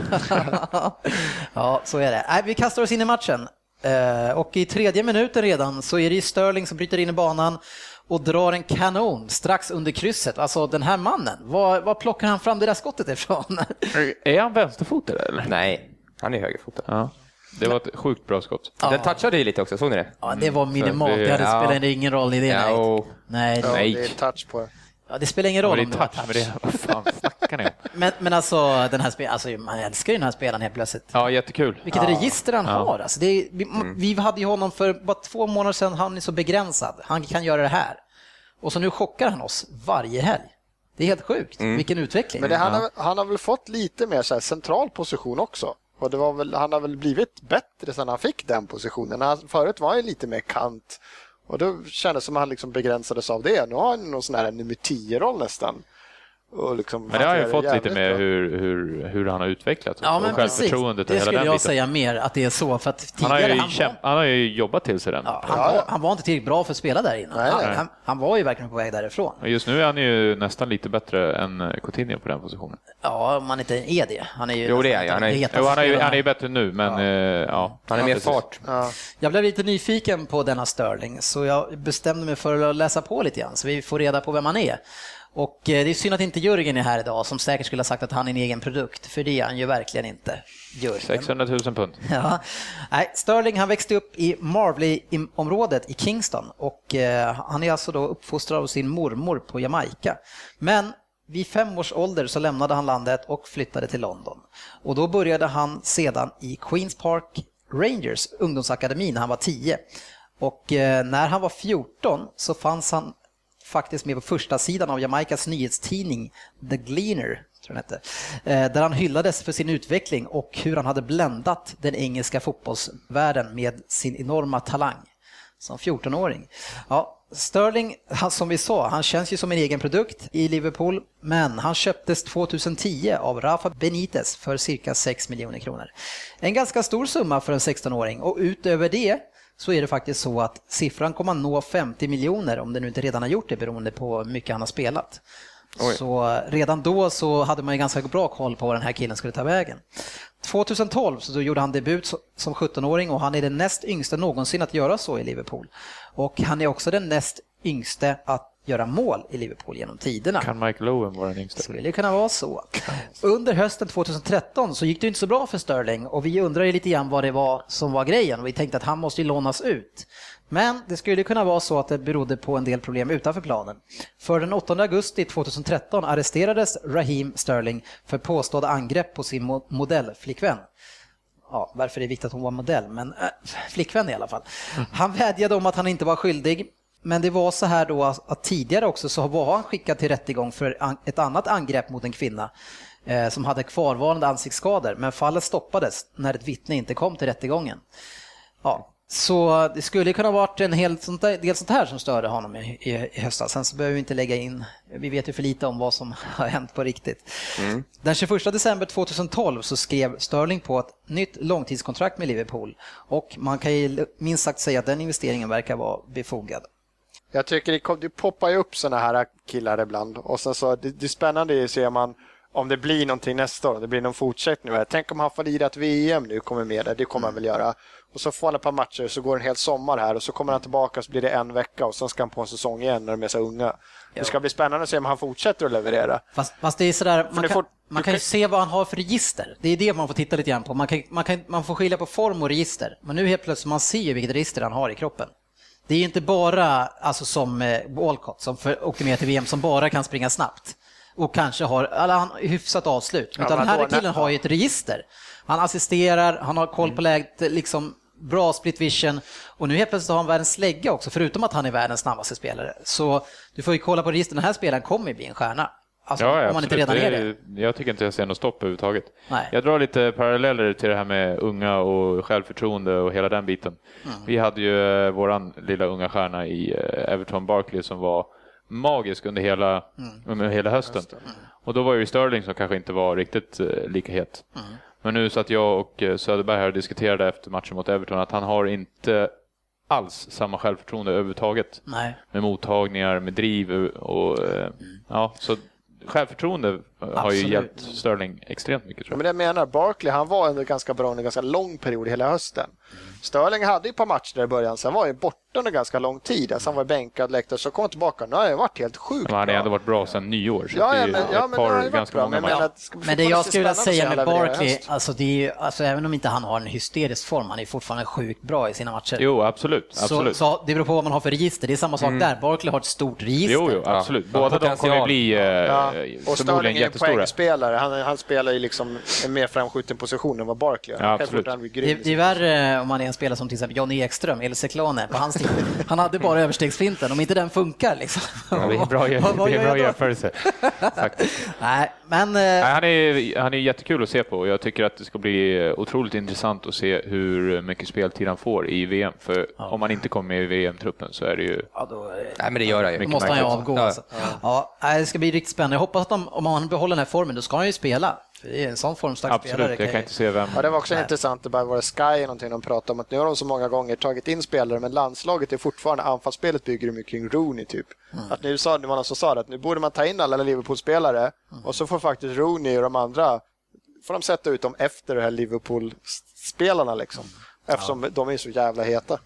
säga. Ja, så är det. Nej, vi kastar oss in i matchen. Eh, och i tredje minuten redan så är det Sterling som bryter in i banan och drar en kanon strax under krysset. Alltså den här mannen, vad, vad plockar han fram det där skottet ifrån? Är han vänsterfotad eller? Nej, han är högerfotad. Ja. Det var ett sjukt bra skott. Ja. Den touchade ju lite också, såg ni det? Ja, det var minimalt. Så det- Det hade ja. spelat ingen roll i det. Ja, Nej, och- nej, Ja, nej. det är touch på det. Ja, det spelar ingen Ja, roll men om det det är var touch, touch. men det, vad fan snackar ni om? Men, men alltså, den här spel, alltså, man älskar ju den här spelaren helt plötsligt. Ja, jättekul. Vilket Ja. register han Ja. har. Alltså, det är, vi, vi hade ju honom för bara två månader sedan, han är så begränsad. Han kan göra det här. Och så nu chockar han oss varje helg. Det är helt sjukt. Vilken utveckling. Men det, han, har, han har väl fått lite mer så här central position också. Och det var väl, han har väl blivit bättre sedan han fick den positionen. Han, förut var han lite mer kant. Och då kändes det som att han liksom begränsades av det. Nu har han någon sån här nummer tio-roll nästan. Och liksom, Men det har ju han fått gör lite jävligt med bra. hur, hur, hur han har utvecklats Ja, och men precis. självförtroendet och Det hela skulle den jag biten. säga mer, att det är så. För att Han har, tidigare, ju han, kämp- var, han har ju jobbat till sig den. ja, han, Ja, ja. var, han var inte tillräckligt bra för att spela där innan. Nej, han, nej. han, han var ju verkligen på väg därifrån. Och just nu är han ju nästan lite bättre än Coutinho på den positionen. Ja, om man inte är det. Han är ju Jo, det är han. Han är- hetaste Jo, han är ju spelaren. han är ju bättre nu, men ja. Eh, ja. Han är mer Precis. fart. Ja. Jag blev lite nyfiken på denna Sterling, så jag bestämde mig för att läsa på lite grann så vi får reda på vem han är. Och det är synd att inte Jürgen är här idag, som säkert skulle ha sagt att han är en egen produkt, för det är han ju verkligen inte. Jürgen. sexhundratusen pund. Ja. Nej, Sterling, han växte upp i Marley-området i Kingston och eh, han är alltså då uppfostrad av sin mormor på Jamaica. Men vid fem års ålder så lämnade han landet och flyttade till London. Och då började han sedan i Queens Park Rangers ungdomsakademi när han var tio. Och eh, när han var fjorton så fanns han faktiskt med på första sidan av Jamaicas nyhetstidning The Gleaner, tror jag hette, där han hyllades för sin utveckling och hur han hade bländat den engelska fotbollsvärlden med sin enorma talang som fjorton-åring. Ja, Sterling, han, som vi sa, han känns ju som en egen produkt i Liverpool, men han köptes tjugohundratio av Rafa Benitez för cirka sex miljoner kronor. En ganska stor summa för en sexton-åring, och utöver det så är det faktiskt så att siffran kommer att nå femtio miljoner om det nu inte redan har gjort det, beroende på hur mycket han har spelat. Oj. Så redan då så hade man ju ganska bra koll på vad den här killen skulle ta vägen. tjugotolv så då gjorde han debut som sjutton-åring och han är den näst yngste någonsin att göra så i Liverpool. Och han är också den näst yngste att göra mål i Liverpool genom tiderna. Kan Michael Owen vara den yngste? Skulle det kunna vara så. Under hösten tjugotretton så gick det inte så bra för Sterling och vi undrar ju lite grann vad det var som var grejen och vi tänkte att han måste ju lånas ut. Men det skulle kunna vara så att det berodde på en del problem utanför planen. För den åttonde augusti tjugotretton arresterades Raheem Sterling för påstådda angrepp på sin mo- modellflickvän. Ja, varför det är viktigt att hon var modell, men äh, flickvän i alla fall. Han vädjade om att han inte var skyldig. Men det var så här då att tidigare också så var han skickad till rättegång för ett annat angrepp mot en kvinna eh, som hade kvarvarande ansiktsskador. Men fallet stoppades när ett vittne inte kom till rättegången. Ja, så det skulle kunna ha varit en hel sånt där, del sånt här som störde honom i, i, i höstas. Sen så behöver vi inte lägga in, vi vet ju för lite om vad som har hänt på riktigt. Mm. Den tjugoförsta december tjugotolv så skrev Sterling på ett nytt långtidskontrakt med Liverpool. Och man kan ju minst sagt säga att den investeringen verkar vara befogad. Jag tycker det, kom, det poppar ju upp såna här killar ibland. Och sen så, det, det är spännande att se man, om det blir någonting nästa år, om det blir någon fortsättning. Tänk om han får lirat V M nu, kommer med det, det kommer han väl göra. Och så får han ett par matcher, så går en hel sommar här och så kommer han tillbaka och så blir det en vecka och sen ska han på en säsong igen när de är så unga. Det ska bli spännande att se om han fortsätter att leverera. Fast, fast det är sådär, man det kan, får- man du kan ju kan- se vad han har för register. Det är det man får titta lite grann på. Man, kan, man, kan, man får skilja på form och register. Men nu helt plötsligt man ser ju vilket register han har i kroppen. Det är ju inte bara alltså, som eh, Walcott som för, åkte med till V M som bara kan springa snabbt. Och kanske har eller han hyfsat avslut. Ja, Utan den men här då- killen nej, har ju ett register. Han assisterar, han har koll på läget, liksom bra split vision. Och nu helt plötsligt har han världens slägga också, förutom att han är världens snabbaste spelare. Så du får ju kolla på registret, den här spelaren kommer ju bli en stjärna. Alltså, Ja, ja, om man inte absolut. redan är det det. är, jag tycker inte jag ser något stopp överhuvudtaget. Nej. Jag drar lite paralleller till det här med unga och självförtroende och hela den biten. Mm. Vi hade ju eh, våran lilla unga stjärna i eh, Everton Barkley som var magisk under hela, mm. under hela hösten. Mm. Och då var ju Sterling som kanske inte var riktigt eh, lika het. Mm. Men nu så att jag och eh, Söderberg här diskuterade efter matchen mot Everton att han har inte alls samma självförtroende överhuvudtaget. Nej. Med mottagningar, med driv och, och eh, mm. ja, så självförtroende har ju hjälpt Sterling extremt mycket, tror jag. Men jag menar, Barkley, han var under ganska bra under en ganska lång period hela hösten. Sterling hade ju ett par matcher i början, sen var ju borta under ganska lång tid. Alltså han var bänkad, läktare, så kom han tillbaka. Nu har det varit helt sjukt bra. Han har ändå varit bra sedan nyår. Så ja, det är ja, men, ja, ett men par det ganska bra, många men, matcher. men, Men det jag skulle vilja säga med Barkley, alltså, det är ju, alltså även om inte han har en hysterisk form, han är fortfarande sjukt bra i sina matcher. Jo, absolut. absolut. Så, så det beror på vad man har för register. Det är samma sak mm. där. Barkley har ett stort register. Jo, jo absolut. Båda de kommer bli eh, ja. Och förmodligen jättestora. Och poängspelare. Han, han spelar ju liksom en mer framskjuten position än vad Barkley ja, absolut. Det, det är värre om man är en spelare som till exempel Johnny Ekström eller Seklane på hans tid. Han hade bara överstegsfinten. Om inte den funkar liksom. Ja, det är bra, vad, vad det är bra jämförelse. Nej, men... Nej, han, är, han är jättekul att se på och jag tycker att det ska bli otroligt intressant att se hur mycket speltid han får i V M. För ja. om han inte kommer med i V M-truppen så är det ju... Ja, då, Nej, men det gör han ju. Då måste han ju avgå. Ja. Alltså. Ja. Ja, det ska bli riktigt spännande. Jag hoppas att de, om han behåller den här formen, då ska han ju spela. För det är en sån formstark Absolut, spelare. jag kan inte se vem. Ja, det var också Nej. intressant. Det bara var Sky någonting de pratade om. Att nu har de så många gånger tagit in spelare, men landslaget är fortfarande, anfallsspelet bygger mycket kring Rooney typ. Mm. Att nu sa det var någon som sa det, att nu borde man ta in alla Liverpool-spelare mm. och så får faktiskt Rooney och de andra, får de sätta ut dem efter det här Liverpool-spelarna liksom. Eftersom ja. de är så jävla heta.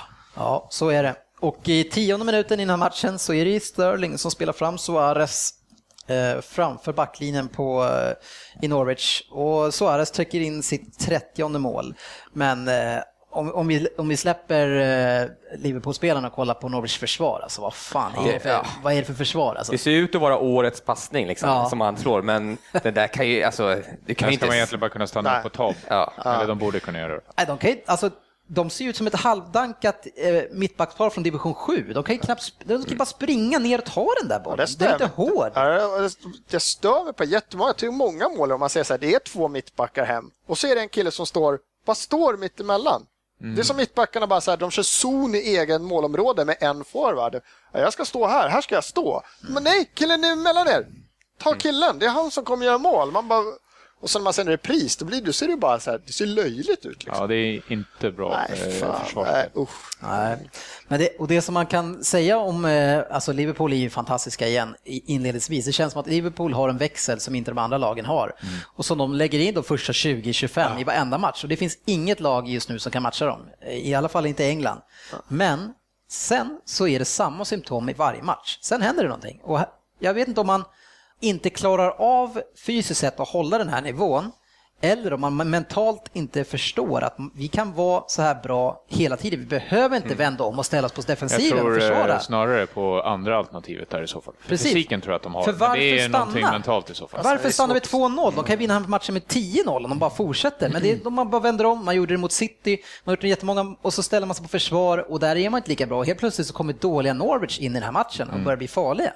Ja, så är det. Och i tionde minuten innan matchen så är det Sterling som spelar fram Suarez eh, framför backlinjen på, eh, i Norwich. Och Suarez trycker in sitt trettionde mål. Men eh, om, om, vi, om vi släpper eh, Liverpool-spelarna och kollar på Norwich försvar, alltså vad fan är det för, ja. vad är det för försvar? Alltså? Det ser ut att vara årets passning liksom, ja. som han slår, men det där kan ju, alltså, det kan inte... ska man egentligen bara kunna stanna Nej. på topp. Ja. Eller de borde kunna göra det. Nej, de kan ju, alltså de ser ut som ett halvdankat eh, mittbackspar från division sju. De kan ju knappt de kan bara springa ner och ta den där bollen. Ja, det, det är inte hård. Ja, jag stör mig på jättemånga. Jag tycker många mål om man säger så här, det är två mittbackar hem. Och så är det en kille som står, bara står mitt emellan. Mm. Det är som mittbackarna bara så här, de kör zon i egen målområde med en forward. Ja, jag ska stå här, här ska jag stå. Men nej, killen är mellan er. Ta killen, det är han som kommer göra mål. Man bara... Och sen när man ser en repris, då blir det, ser det bara så här, det ser löjligt ut. Liksom. Ja, det är inte bra nej, fan, försvar. Nej, nej. Men det, och det som man kan säga om, alltså Liverpool är ju fantastiska igen inledningsvis. Det känns som att Liverpool har en växel som inte de andra lagen har. Mm. Och som de lägger in de första tjugo till tjugofem ja. i varenda match. Och det finns inget lag just nu som kan matcha dem. I alla fall inte England. Ja. Men sen så är det samma symptom i varje match. Sen händer det någonting. Och jag vet inte om man inte klarar av fysiskt sett att hålla den här nivån eller om man mentalt inte förstår att vi kan vara så här bra hela tiden. Vi behöver inte mm. vända om och ställa oss på defensiven. Jag tror och försvara. snarare på andra alternativet där i så fall. Precis. Fysiken tror jag att de har. För varför det är stanna? någonting mentalt i så fall. Varför stannar vi två noll? De kan vinna matchen med tio noll om de bara fortsätter. Men det är, man bara vänder om. Man gjorde det mot City. Man har gjort det jättemånga och så ställer man sig på försvar och där är man inte lika bra. Helt plötsligt så kommer dåliga Norwich in i den här matchen och mm. börjar bli farliga.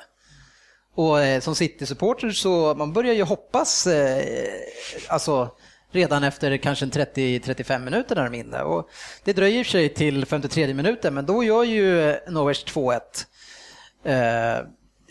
Och eh, som City-supporter så man börjar ju hoppas eh, alltså redan efter kanske en trettio till trettiofem minuter när de är inne. Och det dröjer sig till femtiotredje minuten, men då gör ju Norwich två ett. Eh,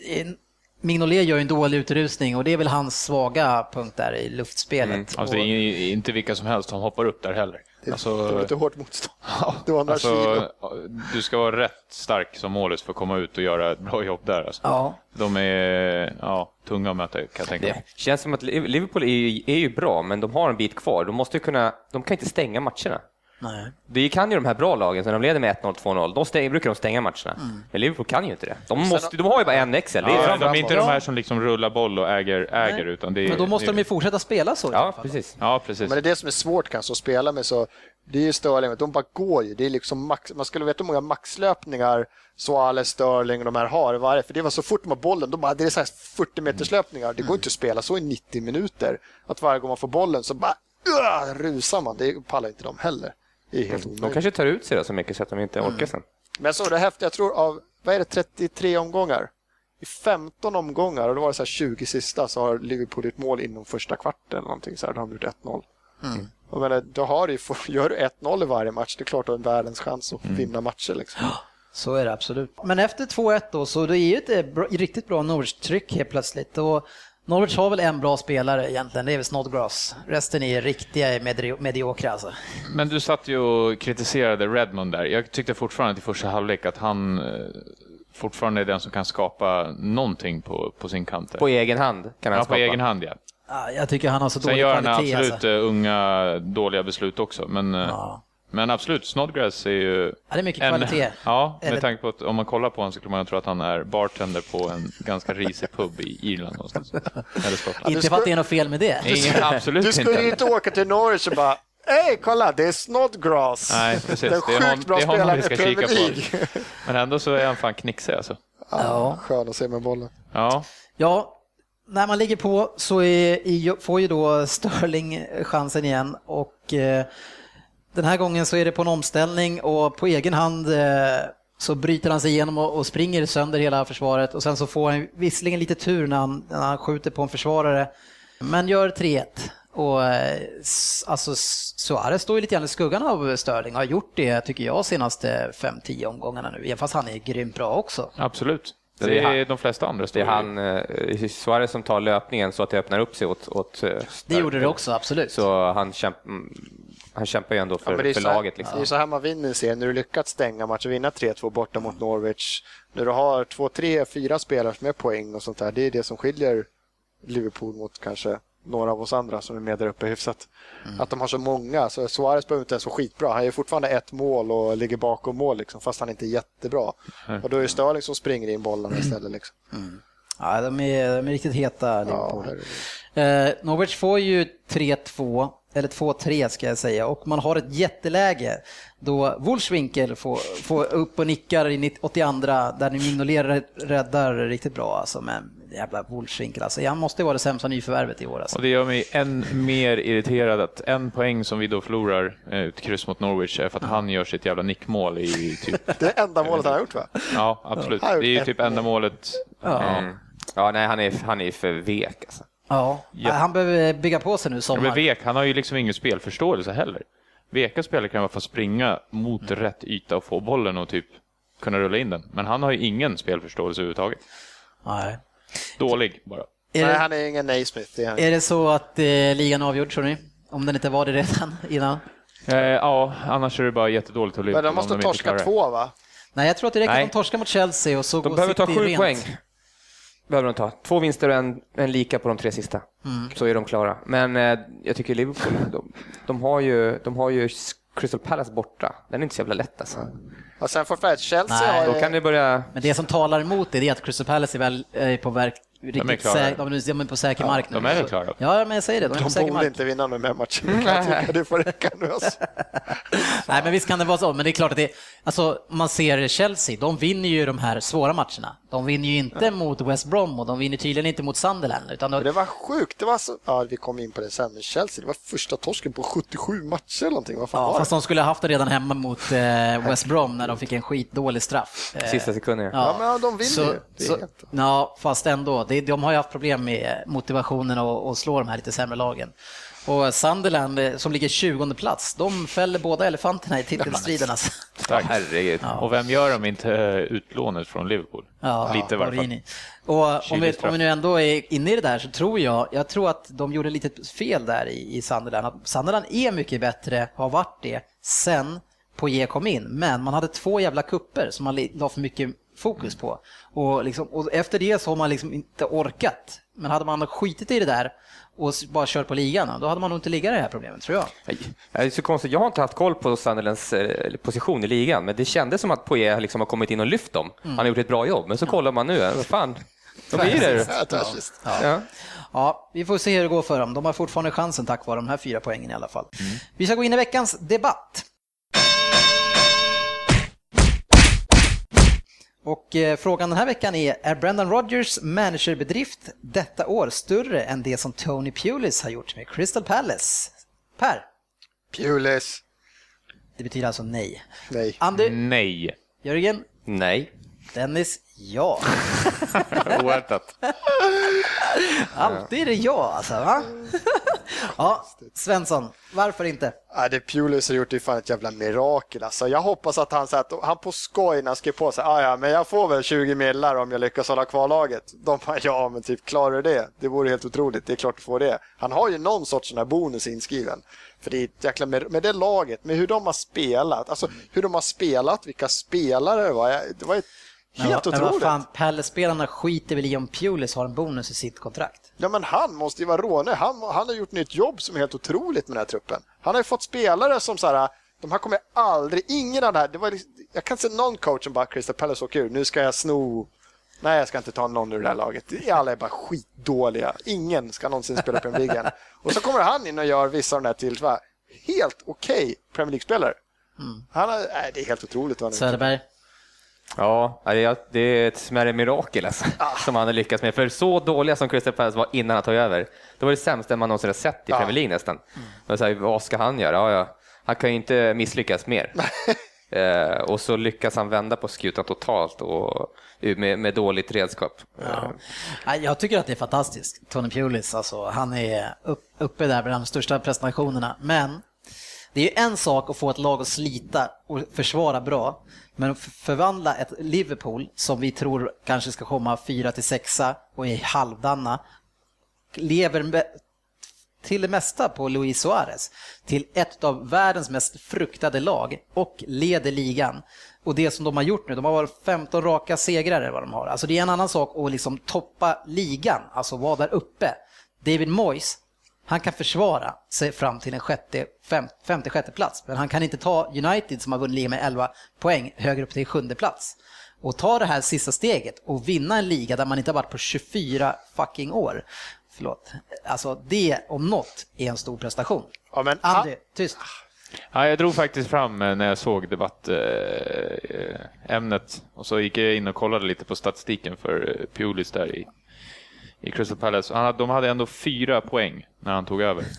Mignolet gör en dålig utrustning och det är väl hans svaga punkt där i luftspelet. Mm. Alltså det är inte vilka som helst som hoppar upp där heller. Det, alltså, det var lite hårt motstånd. Det var alltså, du ska vara rätt stark som målis för att komma ut och göra ett bra jobb där. Alltså. Ja. De är ja, tunga att möta, kan jag tänka mig. Det känns som att Liverpool är ju, är ju bra, men de har en bit kvar. De måste kunna, de kan inte stänga matcherna. Nej. Det kan ju de här bra lagen, så de leder med ett noll, två noll. De stänger, brukar de stänga matcherna. Mm. Men Liverpool kan ju inte det. De, måste, de har ju bara en Excel. Ja, det är de är inte de här som liksom rullar boll och äger, äger utan det är, men då måste det är... de ju fortsätta spela så. Ja, precis. Ja, precis. Men det är det som är svårt kanske att spela med så. Det är ju Sterling, de bara går ju. Det är liksom max, man skulle veta hur många maxlöpningar Suarez, Sterling och de här har varje. För det var så fort de har bollen, de bara, det är så här fyrtio meters löpningar. Det går inte att spela så i nittio minuter. Att varje gång man får bollen så bara uh, rusar man. Det pallar inte de heller. Det är helt omöjligt. De kanske tar ut sig då så mycket så att de inte orkar sen. Men så det häftiga, jag tror av, vad är det, trettiotre omgångar? I femton omgångar, och det var så här tjugo sista, så har Liverpool ett mål inom första kvarten eller någonting så här. Då har de gjort ett noll. Mm. Och men, då har du, gör du ett noll i varje match, det är klart att du har en världens chans att mm. vinna matcher. Liksom. Så är det absolut. Men efter två ett då, så det är ju ett bra, riktigt bra Norwich-tryck helt plötsligt. Och Norwich har väl en bra spelare egentligen, det är väl Snodgrass. Resten är riktiga medi- mediokra alltså. Men du satt ju och kritiserade Redmond där. Jag tyckte fortfarande till första halvlek att han fortfarande är den som kan skapa någonting på, på sin kant. På egen hand kan han ja, skapa. på egen hand, ja. Ja, jag tycker han har så Sen dålig gör han kvalitet. absolut Alltså. unga, dåliga beslut också. Men, Ja. men absolut, Snodgrass är ju... Ja, det är mycket en, kvalitet. Ja, med Eller- tanke på att om man kollar på honom så kan man tro att han är bartender på en ganska risig pub i Irland någonstans. Eller Skottland. Inte för att det är något fel med det. Ingen, absolut Du skulle inte. inte åka till Norwich och bara hej, kolla, det är Snodgrass. Nej, precis. Den Det är, sjukt hon, bra det är honom spelaren vi ska i Premier kika League. på. Men ändå så är han fan knixig alltså. Ja. Skön att se med bollen. Ja, Ja, när man ligger på så är, får ju då Sterling chansen igen och eh, den här gången så är det på en omställning och på egen hand eh, så bryter han sig igenom och, och springer sönder hela försvaret och sen så får han visserligen lite tur när han, när han skjuter på en försvarare men gör tre ett. Och s- alltså Suarez står ju lite grann i skuggan av Sterling, har gjort det tycker jag senaste fem till tio omgångarna nu, även fast han är grymt bra också. absolut. Det Det är är de flesta andra. Det är han, eh, Suarez som tar löpningen så att det öppnar upp sig åt, åt eh, Det gjorde det också, absolut. Så han, kämp, mm, han kämpar ju ändå för, Ja, men det är för så här- laget. Liksom. Det är så här man vinner serien. När du lyckats stänga match och vinna tre två borta mot Norwich. När du har två, tre, fyra spelare som är poäng och sånt där. Det är det som skiljer Liverpool mot kanske några av oss andra som är med där uppe hyfsat. Mm. Att de har så många. Så Suarez behöver inte ens vara skitbra. Han är fortfarande ett mål och ligger bakom mål liksom, fast han inte är jättebra. Mm. Och då är det Sterling som springer in bollarna istället. Liksom. Mm. Ja, de är, de är riktigt heta, Liverpool. Ja, eh, Norwich får ju tre två, eller två tre ska jag säga, och man har ett jätteläge då Wolfswinkel får, får upp och nickar i åttioandra där Mignolet räddar riktigt bra alltså, men jävla Wolfswinkel alltså, han måste vara det sämsta nyförvärvet i år alltså. Och det gör mig än mer irriterad att en poäng som vi då förlorar eh, ut kryss mot Norwich är för att han gör sitt jävla nickmål i typ... Det är enda målet han har gjort va? Ja, absolut. Det är ju typ enda målet. Ja. Mm. Ja, nej, han är, han är för vek alltså. Ja, Ja. han behöver bygga på sig nu Ja, sommar. men Vek, han har ju liksom ingen spelförståelse heller. Veka spelare kan i alla fall springa mot Mm. rätt yta och få bollen och typ kunna rulla in den. Men han har ju ingen spelförståelse överhuvudtaget. Nej. Dålig bara. Är, Nej, det, han är ingen Naismith. Det är han. är det så att eh, ligan är avgjord, tror ni? Om den inte var det redan innan? Eh, ja, annars är det bara jättedåligt att Men de måste om de inte torska klarar det. två va? Nej, jag tror att det räcker Nej. att de torskar mot Chelsea och så De går behöver ta City sju rent. poäng. Behöver de ta. Två vinster och en, en lika på de tre sista. Mm. Så är de klara. Men eh, jag tycker Liverpool, de, de, har ju, de har ju Crystal Palace borta. Den är inte så jävla lätt alltså. Och sen får Fred Chelsea Nej, har ju... Då kan det börja... Men det som talar emot det är att Crystal Palace är väl är på verk, riktigt klara. säk, de, de är på säker mark nu. De är väl klara? Ja, men jag säger det. De är på De säker borde mark. inte vinna med mer matcher. Kan jag tycka. Det får räcka nu alltså. Nej, men visst kan det vara så. Men det är klart att det, alltså, man ser Chelsea, de vinner ju de här svåra matcherna. De vinner ju inte ja. mot West Brom och de vinner tydligen inte mot Sunderland. Utan de... Det var sjukt. Det var så... Ja, vi kom in på det sen. Men Chelsea, det var första torsken på sjuttiosju matcher eller någonting. Vad fan Ja, var fast det? de skulle ha haft det redan hemma mot eh, West Brom när de fick en skitdålig straff. Eh, Sista sekunden. Ja. Ja, men de vinner så, ju. Det är så, helt... ja, fast ändå. Det, de har ju haft problem med motivationen och, och slå de här lite sämre lagen. Och Sunderland, eh, som ligger tjugonde plats, de fäller båda elefanterna i titelstriden. Alltså. Tack. Herregud. Ja. Och vem gör de inte utlånet från Liverpool? Ja, Lite i varje fall. Origi. Och om vi, om vi nu ändå är inne i det där så tror jag, jag tror att de gjorde lite fel där i, i Sunderland. Att Sunderland är mycket bättre, har varit det, sen Poirier kom in. Men man hade två jävla kupper som man la för mycket fokus på. Och, liksom, och efter det så har man liksom inte orkat. Men hade man skitit i det där och bara kört på ligan, då hade man nog inte liggat i det här problemet, tror jag. Nej, det är så konstigt. Jag har inte haft koll på Sunderlands eh, position i ligan, men det kändes som att Poirier liksom har kommit in och lyft dem. Mm. Han har gjort ett bra jobb, men så kollar man nu, vad fan, de är ju där. Ja. Ja. Ja. Ja, vi får se hur det går för dem. De har fortfarande chansen tack vare de här fyra poängen i alla fall. Mm. Vi ska gå in i veckans debatt. Och eh, frågan den här veckan är, är Brendan Rodgers managerbedrift detta år större än det som Tony Pulis har gjort med Crystal Palace? Per? Pulis. Det betyder alltså nej. Nej. Andy? Nej. Jörgen? Nej. Dennis? Ja. Oväntat. Alltid är det ja, alltså, va? Ja, Svensson, varför inte? Ja, det Pulis har gjort är fan ett jävla mirakel. Alltså, jag hoppas att han, så att han på skoj när han skrev på sig, ah, ja, men jag får väl tjugo millar om jag lyckas hålla kvar laget. De bara, ja, men typ, klarar du det? Det vore helt otroligt, det är klart du får det. Han har ju någon sorts sån här bonus inskriven. För det är ett jäkla, med, med det laget, med hur de har spelat, alltså hur de har spelat, vilka spelare det var. Det var ett Helt men, otroligt. Men vad fan, Pelle-spelarna skiter väl i om Pulis har en bonus i sitt kontrakt. Ja, men han måste ju vara råne. Han, han har gjort nytt jobb som är helt otroligt med den här truppen. Han har ju fått spelare som så här, de här kommer aldrig, ingen av det här, det var liksom, jag kan inte se någon coach som bara Crystal Palace åker ur, nu ska jag sno, nej jag ska inte ta någon ur det här laget. Alla är bara skitdåliga, ingen ska någonsin spela Premier League igen. Och så kommer han in och gör vissa av de här till va, helt okej okay Premier League-spelare. Mm. Han har, nej, det är helt otroligt. Vad Söderberg. Ja, det är ett smärre mirakel alltså, ah. som han har lyckats med. För så dåliga som Crystal Palace var innan han tog över, det var det sämsta man någonsin har sett i Premier League nästan. Mm. Så här, vad ska han göra? Ja, ja. Han kan ju inte misslyckas mer. eh, och så lyckas han vända på skutan totalt och med, med dåligt redskap. Ja. Jag tycker att det är fantastiskt. Tony Pulis, alltså, han är upp, uppe där bland de största prestationerna. Men det är ju en sak att få ett lag att slita och försvara bra. Men att förvandla ett Liverpool som vi tror kanske ska komma fyra till sexa och är halvdanna, lever med, till det mesta på Luis Suarez, till ett av världens mest fruktade lag och leder ligan. Och det som de har gjort nu, de har varit femton raka segrar vad de har. Alltså det är en annan sak att liksom toppa ligan, alltså vara där uppe. David Moyes, han kan försvara sig fram till en sjätte, fem, femte, sjätte plats. Men han kan inte ta United som har vunnit ligan med elva poäng högre upp till sjunde plats. Och ta det här sista steget och vinna en liga där man inte har varit på tjugofyra fucking år. Förlåt. Alltså det om något är en stor prestation. Ja, men, Andy, tyst. Ja, jag drog faktiskt fram när jag såg debattämnet och så gick jag in och kollade lite på statistiken för Pulis där i i Crystal Palace. Han, de hade ändå fyra poäng när han tog över.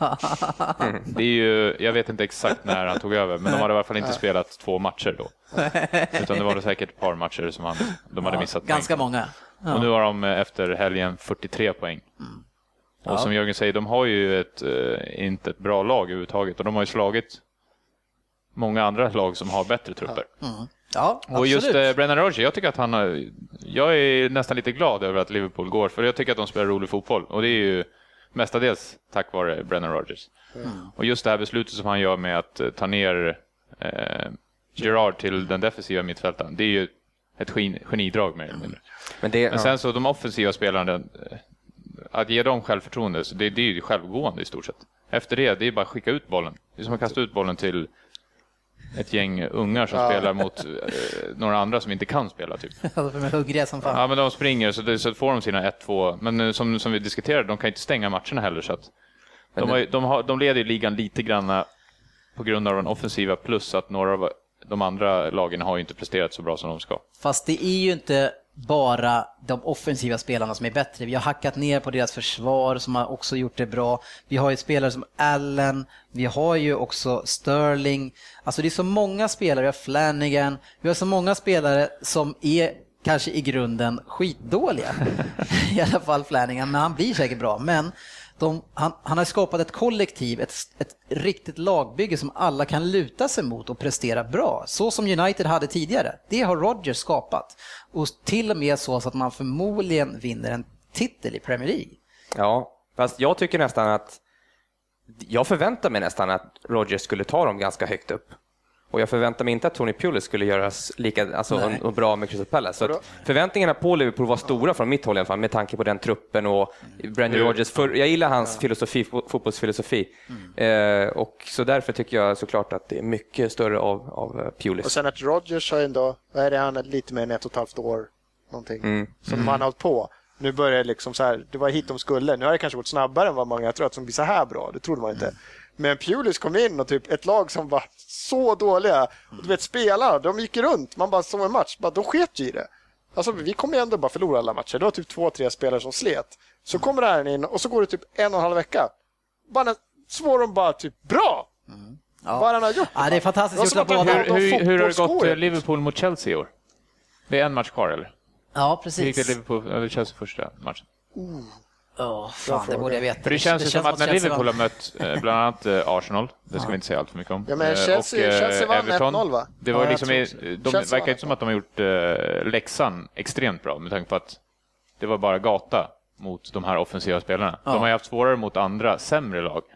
Mm. Det är ju, jag vet inte exakt när han tog över, men de hade i alla fall inte spelat två matcher då. Utan det var det säkert ett par matcher som han, de hade missat. Ja, ganska många. Ja. Och nu har de efter helgen fyrtiotre poäng. Mm. Och ja. Som Jörgen säger, de har ju ett, inte ett bra lag överhuvudtaget. Och de har ju slagit många andra lag som har bättre trupper. Mm. Ja, och just eh, Brendan Rodgers, jag tycker att han har, jag är nästan lite glad över att Liverpool går, för jag tycker att de spelar rolig fotboll och det är ju mestadels tack vare Brendan Rodgers. Mm. Och just det här beslutet som han gör med att ta ner eh, Gerrard till den defensiva mittfältaren, det är ju ett gen, genidrag mer eller mindre. Men, det, Men sen ja. så de offensiva spelarna, att ge dem självförtroende, så det, det är ju självgående i stort sett. Efter det, det är bara att skicka ut bollen. Det är som att kasta ut bollen till ett gäng ungar som ja. spelar mot eh, några andra som inte kan spela typ. Alltså för mig hungriga som fan. Ja, men de springer så, det, så får de sina ett två. Men eh, som, som vi diskuterade, de kan inte stänga matcherna heller. Så att de, har, de, har, de leder ju ligan lite grann på grund av den offensiva, plus att några av de andra lagen har ju inte presterat så bra som de ska. Fast det är ju inte bara de offensiva spelarna som är bättre. Vi har hackat ner på deras försvar som har också gjort det bra. Vi har ju spelare som Allen, vi har ju också Sterling. Alltså det är så många spelare, vi har Flanagan, vi har så många spelare som är kanske i grunden skitdåliga. I alla fall Flanagan, men han blir säkert bra. Men de, han, han har skapat ett kollektiv, ett, ett riktigt lagbygge som alla kan luta sig mot och prestera bra. Så som United hade tidigare. Det har Rodgers skapat. Och till och med så att man förmodligen vinner en titel i Premier League. Ja, fast jag tycker nästan att jag förväntar mig nästan att Rodgers skulle ta dem ganska högt upp. Och jag förväntar mig inte att Tony Pulis skulle göras lika alltså, och, och bra med Crystal Palace. Så att förväntningarna på Liverpool var stora från mitt håll i alla fall, med tanke på den truppen och Brendan Rodgers. För, jag gillar hans filosofi, fotbollsfilosofi. Mm. Eh, och så därför tycker jag såklart att det är mycket större av, av Pulis. Och sen att Rodgers har ändå, vad är det, han är lite mer än ett och ett halvt år någonting mm. som mm. han har hållit på. Nu börjar det liksom så här, det var hit de skulle. Nu har det kanske gått snabbare än vad många tror att som blir så här bra. Det trodde man inte. Mm. Men Pulis kom in och typ ett lag som var så dåliga. Och du vet, spelarna, de gick runt. Man bara såg en match, bara, de sket i det. Alltså vi kommer ändå bara förlora alla matcher. Det var typ två, tre spelare som slet. Så kommer det här in och så går det typ en och en halv vecka. Bara så var de bara typ bra. Mm. Ja. Vad han har gjort. Ja, det är fantastiskt gjort. Hur, hur, hur har det gått Liverpool mot Chelsea i år? Det är en match kvar, eller? Ja, precis. Hur gick det Liverpool, eller Chelsea första matchen? Mm. Oh, fan, det borde jag veta. För det känns det ju som att när Liverpool har mött eh, bland annat eh, Arsenal, det ska ja. vi inte säga allt för mycket om. Ja, men Chelsea, och eh, Chelsea vann Everton, ett noll, va? det var ja, liksom, i, de Chelsea verkar inte som att de har gjort eh, läxan extremt bra, med tanke på att det var bara gata mot de här offensiva spelarna. Ja. De har ju haft svårare mot andra sämre lag. Mm.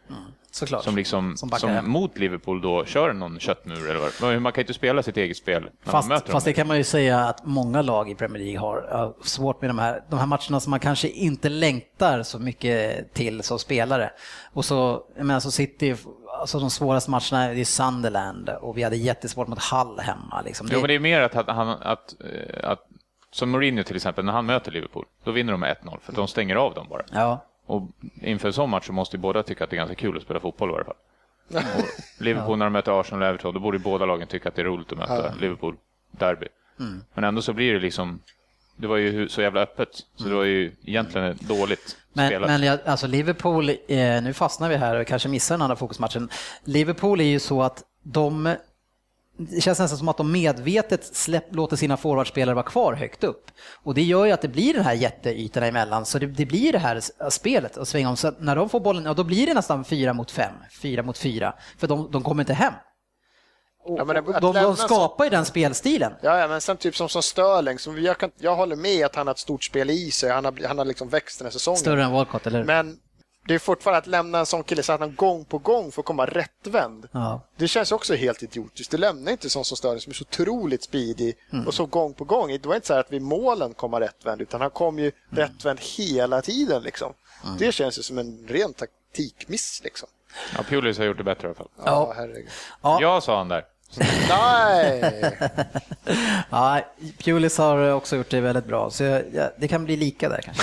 såklart. Som, liksom, som, som mot Liverpool då kör någon köttmur eller vad. Man kan inte spela sitt eget spel när fast, man möter fast dem. det kan man ju säga att många lag i Premier League har svårt med de här, de här matcherna som man kanske inte längtar så mycket till som spelare. Och så, jag menar, så City, alltså de svåraste matcherna är Sunderland och vi hade jättesvårt mot Hull hemma. Liksom. Jo, men det är mer att, att, att, att, att som Mourinho till exempel, när han möter Liverpool, då vinner de med ett noll för att de stänger av dem bara. Ja. Och inför en sån match så måste ju båda tycka att det är ganska kul att spela fotboll i varje fall. Och Liverpool när de möter Arsenal och Everton, då borde båda lagen tycka att det är roligt att möta ja. Liverpool derby. Mm. Men ändå så blir det liksom, det var ju så jävla öppet, så det var ju egentligen dåligt men, spelat. Men jag, alltså Liverpool, eh, nu fastnar vi här och kanske missar den andra fokusmatchen. Liverpool är ju så att de, det känns nästan som att de medvetet släpp, låter sina forwardspelare vara kvar högt upp. Och det gör ju att det blir den här jätteytorna emellan. Så det, det blir det här spelet att svänga om. Så när de får bollen, ja, då blir det nästan fyra mot fem, fyra mot fyra. För de, de kommer inte hem. Och, ja, men det, de, de skapar ju den spelstilen. Ja, ja, men sen typ som, som Sterling, som jag, kan, jag håller med att han har ett stort spel i sig. Han har, han har liksom växt den här säsongen. Större än Walcott, eller? Men det är fortfarande att lämna en sån kille så att han gång på gång får komma rättvänd. Ja. Det känns också helt idiotiskt. Det lämnar inte sån som Sterling som är så otroligt speedy mm. och så gång på gång. Det var inte så här att vid målen kommer rättvänd, utan han kom ju mm. rättvänd hela tiden. Liksom. Mm. Det känns ju som en ren taktikmiss. Liksom. Ja, Pulis har gjort det bättre i alla fall. Ja, herregud. Ja. Jag sa han där. Nej! Ja, Pulis har också gjort det väldigt bra, så jag, ja, det kan bli lika där kanske.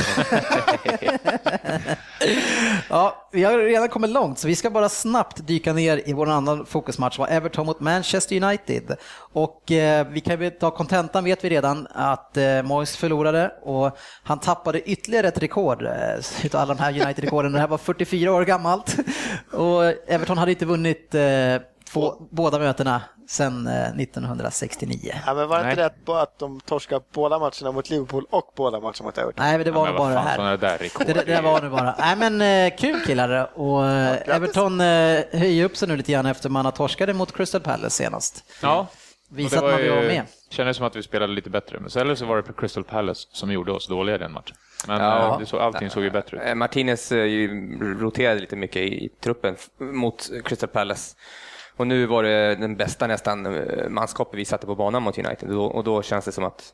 Ja, vi har redan kommit långt, så vi ska bara snabbt dyka ner i vår annan fokusmatch, var Everton mot Manchester United. Och eh, vi kan ta kontentan, vet vi redan att eh, Moyes förlorade och han tappade ytterligare ett rekord eh, utav alla de här United-rekorden. Det här var fyrtiofyra år gammalt och Everton hade inte vunnit eh, Två, båda mötena sedan eh, nittonhundrasextionio. Ja, men var det inte rätt på att de torskade båda matcherna mot Liverpool och båda matcherna mot Everton? Nej, men det var ja, nog bara det här. Där det, det, det var nu bara. Nej, men eh, kul killar. Och eh, ja, Everton eh, höjer upp sig nu lite grann efter man har torskade mot Crystal Palace senast. Ja. Visat att man vill vara med. Kändes som att vi spelade lite bättre, men så eller så var det på Crystal Palace som gjorde oss dåliga den matchen. Men ja. det så, allting såg ju bättre ut. Martinez roterade lite mycket i truppen mot Crystal Palace. Och nu var det den bästa nästan manskapet vi satte på banan mot United. Och då känns det som att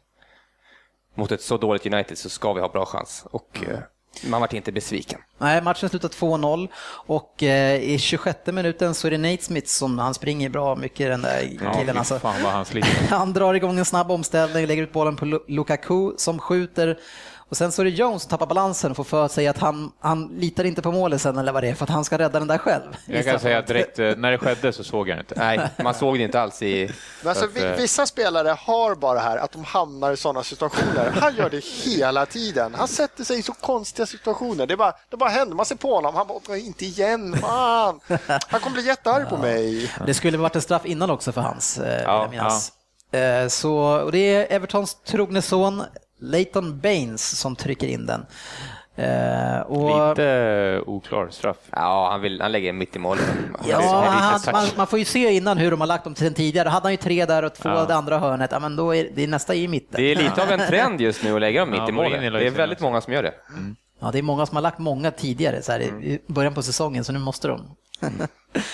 mot ett så dåligt United så ska vi ha bra chans. Och mm. man var inte besviken. Nej, matchen slutar två noll. Och eh, i tjugosjätte minuten så är det Nate Smith som han springer bra mycket, den där killen. Ja, alltså. Fan vad han sliter. Han drar igång en snabb omställning, lägger ut bollen på Lukaku som skjuter. Och sen så är det Jones som tappar balansen och får för sig att han, han litar inte på målet sen eller vad det är, för att han ska rädda den där själv. Jag kan säga att direkt när det skedde så såg jag inte. Nej, man såg det inte alls i... Men alltså, att, vissa spelare har bara här att de hamnar i sådana situationer. Han gör det hela tiden. Han sätter sig i så konstiga situationer. Det bara, det bara händer. Man ser på honom. Han bara, inte igen. Fan. Han kommer bli jättearg på mig. Det skulle varit en straff innan också för hans, eh, ja, ja. Så, och det är Evertons trogne son Leighton Baines som trycker in den. Uh, och... Lite oklar straff. Ja, han, vill, han lägger mitt i mål. Ja, han, man, man får ju se innan hur de har lagt dem till den tidigare. Hade han ju tre där och två ja. det andra hörnet. Ja, men då är det nästa i mitten. Det är lite av en trend just nu att lägga dem mitt ja, i målet. Det är väldigt många som gör det. Mm. Ja, det är många som har lagt många tidigare så här, mm. i början på säsongen, så nu måste de. Mm.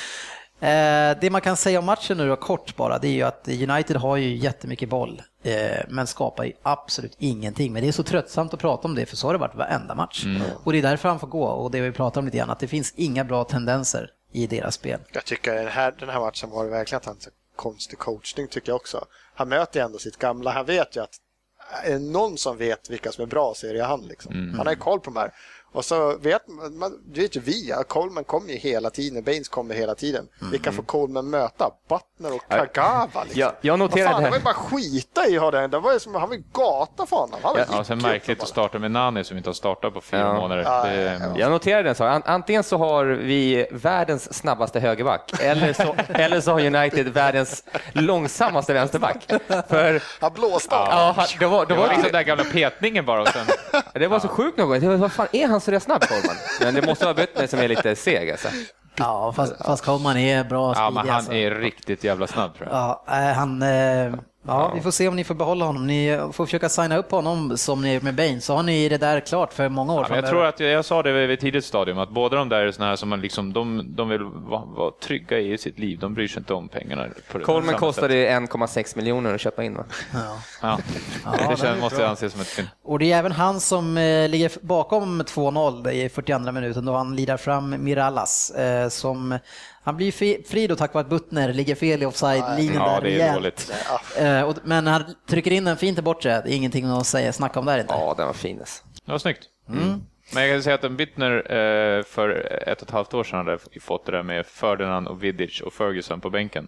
Det man kan säga om matchen nu då, kort bara, det är ju att United har ju jättemycket boll, men skapar ju absolut ingenting. Men det är så tröttsamt att prata om det, för så har det varit varenda match. Mm. Och det är därför han får gå, och det vi pratar om lite grann, att det finns inga bra tendenser i deras spel. Jag tycker den här, den här matchen var det verkligen att han så konstig coachning, tycker jag också. Han möter ändå sitt gamla, han vet ju att är det någon som vet vilka som är bra så är det han liksom. Mm. Han har ju koll på de här. Och så vet man, vet ju vi, ja, Coleman kommer ju hela tiden, Baines kommer hela tiden. Mm. Vilka får Coleman möta? Butner och Kagawa liksom. Ja, jag noterade fan, det. Det var ju bara skita i honom. Det var ju som, han var ju gata för honom. Han var ja, ja, sen märkligt att starta med Nani som inte har startat på fyra ja. månader. Ja, det, ja, ja. Jag noterade den så. Antingen så har vi världens snabbaste högerback eller så, eller så har United världens långsammaste vänsterback. För han blåste. Ja, ja, det var, det var liksom den där gamla petningen bara. Och sen, det var så sjukt någon gång. Vad fan är han så där snabb, Coleman? Men det måste vara Butner som är lite seg alltså. Ja, fast, fast Coleman är bra. Ja, men han alltså. är riktigt jävla snabb, tror jag. Ja, han, Ja, vi får se om ni får behålla honom. Ni får försöka signa upp honom som ni är med Bane, så har ni det där klart för många år. Ja, jag tror att jag, jag sa det vid ett tidigt stadium, att båda de där är såna här som man liksom, de, de vill vara, vara trygga i sitt liv. De bryr sig inte om pengarna. Coleman kostade en komma sex miljoner att köpa in, va? Ja. Ja. Ja, det känns, måste jag anse som ett fynd. Och det är även han som eh, ligger bakom två noll i fyrtioandra minuten då han lirar fram Mirallas eh, som han blir fri då tack vare att Butner ligger fel i offside-linjen ja, där. Det är dåligt. Eh, och, men han trycker in den fint där borta. Det är ingenting att säga, snacka om där inte. Ja, den var fin. Det var snyggt. Mm. Men jag kan säga att en Bittner eh, för ett och ett halvt år sedan hade fått det där med Ferdinand och Vidic och Ferguson på bänken.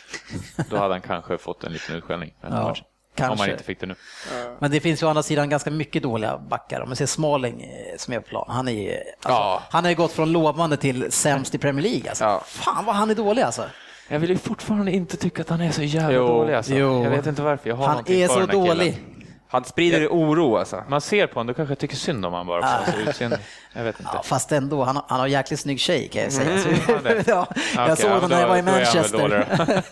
Då hade han kanske fått en liten utskällning. Ja, kanske. Om man inte fick det nu. Men det finns ju å andra sidan ganska mycket dåliga backar. Om man ser Smalling som är på plan. Han, är, alltså, ja. han har ju gått från lovande till sämst i Premier League. Alltså. Ja. Fan vad han är dålig alltså. Jag vill ju fortfarande inte tycka att han är så jävla jo, dålig. Alltså. Jo. Jag vet inte varför. Jag har Han är så dålig. Killen. Han sprider oro alltså. Man ser på honom, då kanske jag tycker synd om han bara. Ah. Alltså, utseende. Jag vet inte. Ja, fast ändå, han, han har jäkligt snygg tjej kan jag säga. Mm, så, ja, jag okay, såg honom när jag var i Manchester.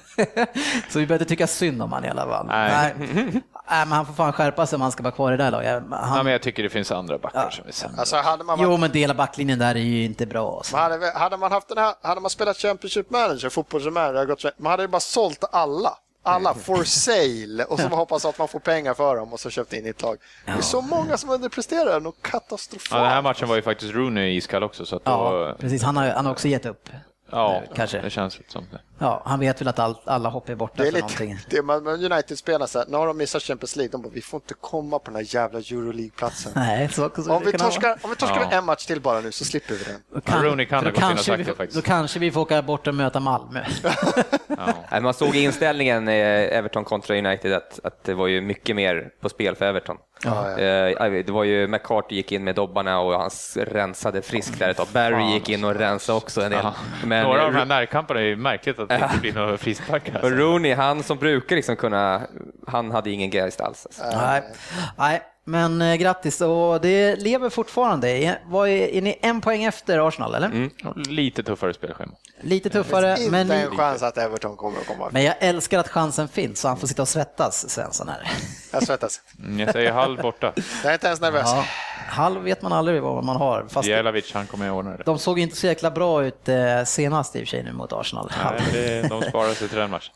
Så vi började tycka synd om han i alla fall. Nej. Nej. Nej, men han får fan skärpa sig om han ska vara kvar i det där laget. Han... Ja, men jag tycker det finns andra backar Ja. som är sämre. Alltså, hade man... Jo, men dela backlinjen där är ju inte bra. Alltså. Man hade, hade man haft den här, hade man spelat Championship Manager, fotbollsmanager, man hade ju bara sålt alla. Alla for sale och så hoppas att man får pengar för dem och så köpt in i ett lag. Det är så många som underpresterar, något katastrofalt. Ja, den här matchen var ju faktiskt Rooney iskall också. Så att Ja, då... precis. Han har, han har också gett upp. Ja, nu, kanske. det känns lite som det. Ja, han vet väl att all, alla hopp är borta Det är för lite, någonting. det är, man, United spelar så här, när de missar Champions League, de bara, vi får inte komma på den här jävla Euroleague-platsen. Nej, så, så Om vi torskar, om vi torskar Ja. en match till bara nu så slipper vi den. Då Ja, Rooney kan för ha då gått in och kanske sagt vi, det faktiskt. Då kanske vi får åka bort och möta Malmö. Ja. Nej, man såg i inställningen eh, Everton kontra United att, att det var ju mycket mer på spel för Everton. Ja, ja. Eh, det var ju McCarthy gick in med dobbarna och han rensade frisk där ett tag. Barry gick in och rensade också en del. Ja. Men, Några av de här närkamperna är ju märkligt att det inte blir några frisparkar. och Rooney, han som brukar liksom kunna, han hade ingen geist alls. Alltså. Nej. Nej, men eh, grattis. Och det lever fortfarande. Vad är, är ni en poäng efter Arsenal, eller? Mm. Lite tuffare spelschema. Lite tuffare, Inte men, en chans att Everton kommer att komma. men jag älskar att chansen finns så han får sitta och svettas, Svensson här. Jag svettas. Mm, jag säger halv borta. Jag är inte ens nervös. Ja, halv vet man aldrig vad man har. Fast Jelavic, han kommer att ordna det. de såg inte så jäkla bra ut eh, senast i och för sig nu mot Arsenal. Nej, det, de sparar sig till den matchen.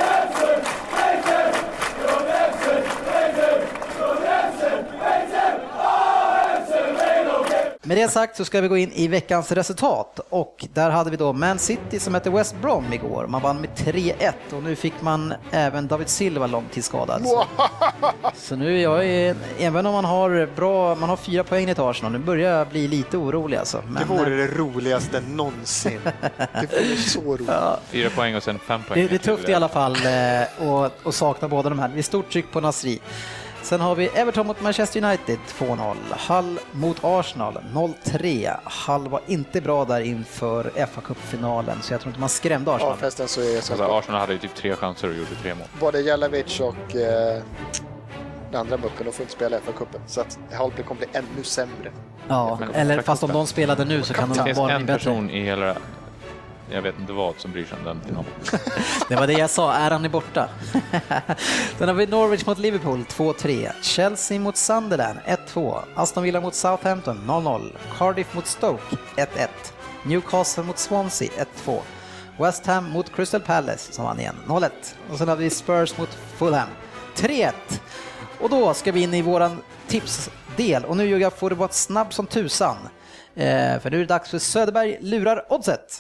Med det sagt så ska vi gå in i veckans resultat och där hade vi då Man City som hette West Brom igår. Man vann med tre ett och nu fick man även David Silva långtidsskadad. Så, så nu är jag, är, även om man har bra, man har fyra poäng i Arsenal, nu börjar jag bli lite orolig alltså. Men, Det vore det roligaste någonsin. Det vore så roligt. ja, Fyra poäng och sen fem poäng. det, det är tufft i alla fall eh, och, och sakna båda de här. Det är stort tryck på Nasri. Sen har vi Everton mot Manchester United två noll, Hull mot Arsenal noll tre. Hull var inte bra där inför F A-cupfinalen så jag tror inte man skrämde Arsenal. Ja, förresten så är det så Alltså, att Arsenal hade ju typ tre chanser och gjorde tre mål. både Jelavic och eh, den andra muppen, de får inte spela F A-cupen. Så att Hull kommer bli ännu sämre. Ja, Men- eller fast om de spelade nu så kan Det de finns bara bli en bättre. person i hela... Jag vet inte vad som bryr sig om den finalen. Det var det jag sa, är han är borta. Sen har vi Norwich mot Liverpool två tre, Chelsea mot Sunderland ett två, Aston Villa mot Southampton noll noll, Cardiff mot Stoke ett ett, Newcastle mot Swansea ett två, West Ham mot Crystal Palace som vann igen noll ett och sen har vi Spurs mot Fulham tre ett. Och då ska vi in i våran tipsdel och nu Jugga får du vara snabb som tusan. Eh, för nu är det dags för Söderberg lurar oddset.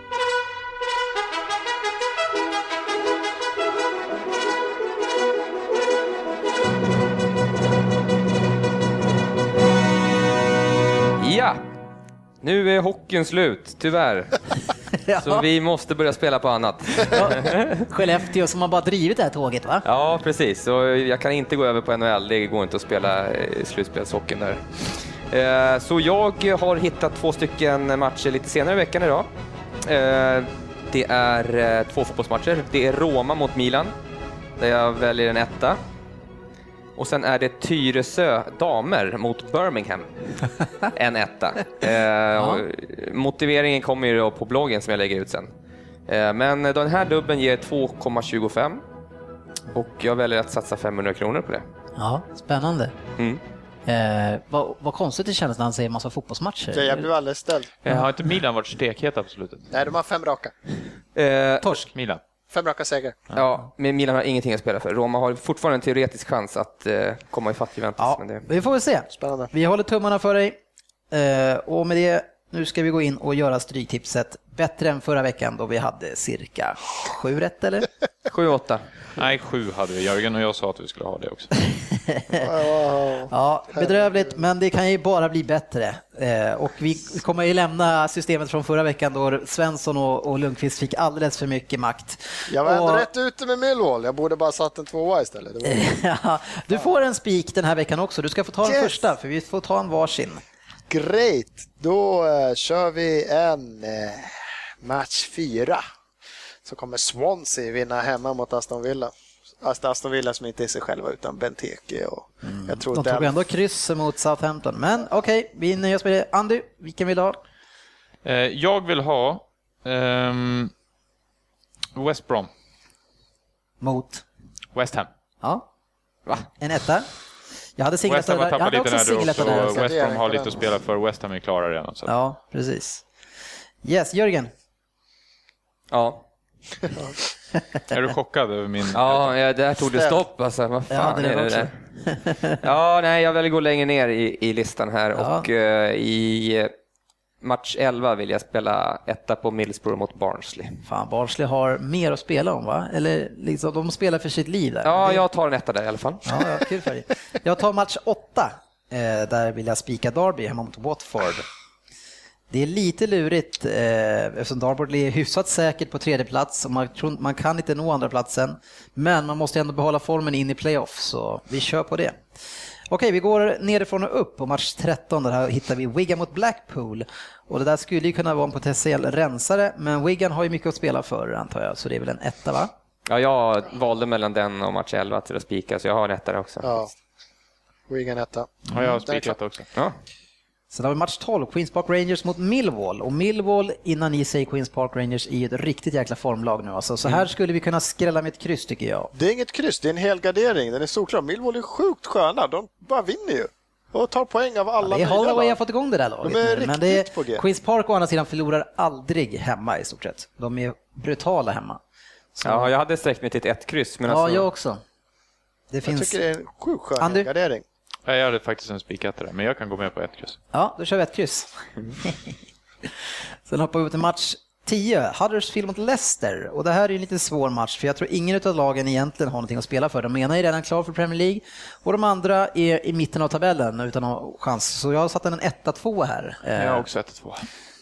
Ja, nu är hockeyn slut, tyvärr. Så vi måste börja spela på annat. Ja, Skellefteå som har bara drivit det här tåget, va? Ja, precis. Så jag kan inte gå över på N H L, det går inte att spela slutspelshockeyn där. Eh, Så jag har hittat två stycken matcher lite senare i veckan idag. Eh, Det är eh, två fotbollsmatcher. Det är Roma mot Milan, där jag väljer en etta. Och sen är det Tyresö damer mot Birmingham, en etta. Eh, och motiveringen kommer ju då på bloggen som jag lägger ut sen. Eh, men den här dubben ger två komma tjugofem. Och jag väljer att satsa femhundra kronor på det. Ja, spännande. Mm. Eh, vad, vad konstigt det känns när han säger massa fotbollsmatcher. Så jag blev alldeles ställd. Jag har inte Milan varit stekheta på slutet? Nej, de har fem raka. Eh, Torsk, Milan. Fem raka segrar. ja, men Milan har ingenting att spela för. Roma har fortfarande en teoretisk chans att eh, komma i fatt Juventus. Ja, Men det... vi får väl se. Spännande. Vi håller tummarna för dig. Eh, och med det, nu ska vi gå in och göra stryktipset bättre än förra veckan då vi hade cirka sju rätt, eller? sju åtta. Nej, sju hade vi. Jörgen och jag sa att vi skulle ha det också. Ja, bedrövligt, men det kan ju bara bli bättre. Eh, och vi kommer ju lämna systemet från förra veckan då Svensson och, och Lundqvist fick alldeles för mycket makt. Jag var ändå och, rätt ute med Millwall. Jag borde bara satt en tvåa istället. Det var... ja, du får en spik den här veckan också. Du ska få ta den Yes. första, för vi får ta en varsin. Great, då uh, kör vi en uh, match fyra. Så kommer Swansea vinna hemma mot Aston Villa. Aston Villa som inte är sig själva utan Benteke. Och Mm. jag tror De den... tog ändå kryss mot Southampton. Men okej, okay, vi nöjer oss med det. Andy, vilken vill du ha? Eh, jag vill ha ehm, West Brom. Mot? West Ham. Ja. Va? En etta. Jag hade West Ham singlettare har där. Jag tappat hade lite också när du singlettare också. där. också. West Brom har lite att spela för. West Ham är klara redan. Så. Ja, precis. Yes, Jörgen. Ja. Är du chockad över min... Ja, ja, där tog det stopp. Alltså. Vad fan Ja, det är det också. där? Ja, nej, jag vill gå längre ner i, i listan här. Ja. Och eh, i match elva vill jag spela etta på Middlesbrough mot Barnsley. Fan, Barnsley har mer att spela om, va? Eller liksom, de spelar för sitt liv där. Ja, Det- jag tar en etta där i alla fall. Ja, ja, kul för dig. Jag tar match åtta. Eh, där vill jag spika Derby hemma mot Watford. Det är lite lurigt eh, eftersom Derby är hyfsat säkert på tredje plats och man, tror, man kan inte nå andra platsen. Men man måste ändå behålla formen in i playoff, så vi kör på det. Okej, vi går nerifrån och upp på match tretton. Där här hittar vi Wigan mot Blackpool. Och det där skulle ju kunna vara en potentiell rensare, men Wigan har ju mycket att spela för, antar jag. Så det är väl en etta, va? Ja, jag valde mellan den och match elva till att spika, så jag har en etta där också. Ja. Wigan etta. Ja, jag har spikat också. Ja. Sen har vi match tolv, Queens Park Rangers mot Millwall. Och Millwall, innan ni säger Queens Park Rangers, är ju ett riktigt jäkla formlag nu. Alltså. Så här skulle vi kunna skrälla med ett kryss, tycker jag. Det är inget kryss, det är en helgardering. Den är solklar. Millwall är sjukt sköna. De bara vinner ju. Och tar poäng av alla. Det är Holloway lag. har fått igång det där laget. De är nu. riktigt Men det på G. är, Queens Park å andra sidan förlorar aldrig hemma i stort sett. De är brutala hemma. Så, Ja, jag hade sträckt mig till ett ett kryss. Men ja, alltså, jag också. Det Jag finns... tycker det är en sjukt skön Andy? helgardering. Ja, jag hade faktiskt en spikat där, men jag kan gå med på ett kryss. Ja, då kör vi ett kryss. Sen hoppar vi upp till match tio, Huddersfield mot Leicester. Och det här är en lite svår match, för jag tror ingen av lagen egentligen har någonting att spela för. De ena är redan klar för Premier League och de andra är i mitten av tabellen utan att ha chans. Så jag har satt en etta två här. Jag har också ett två.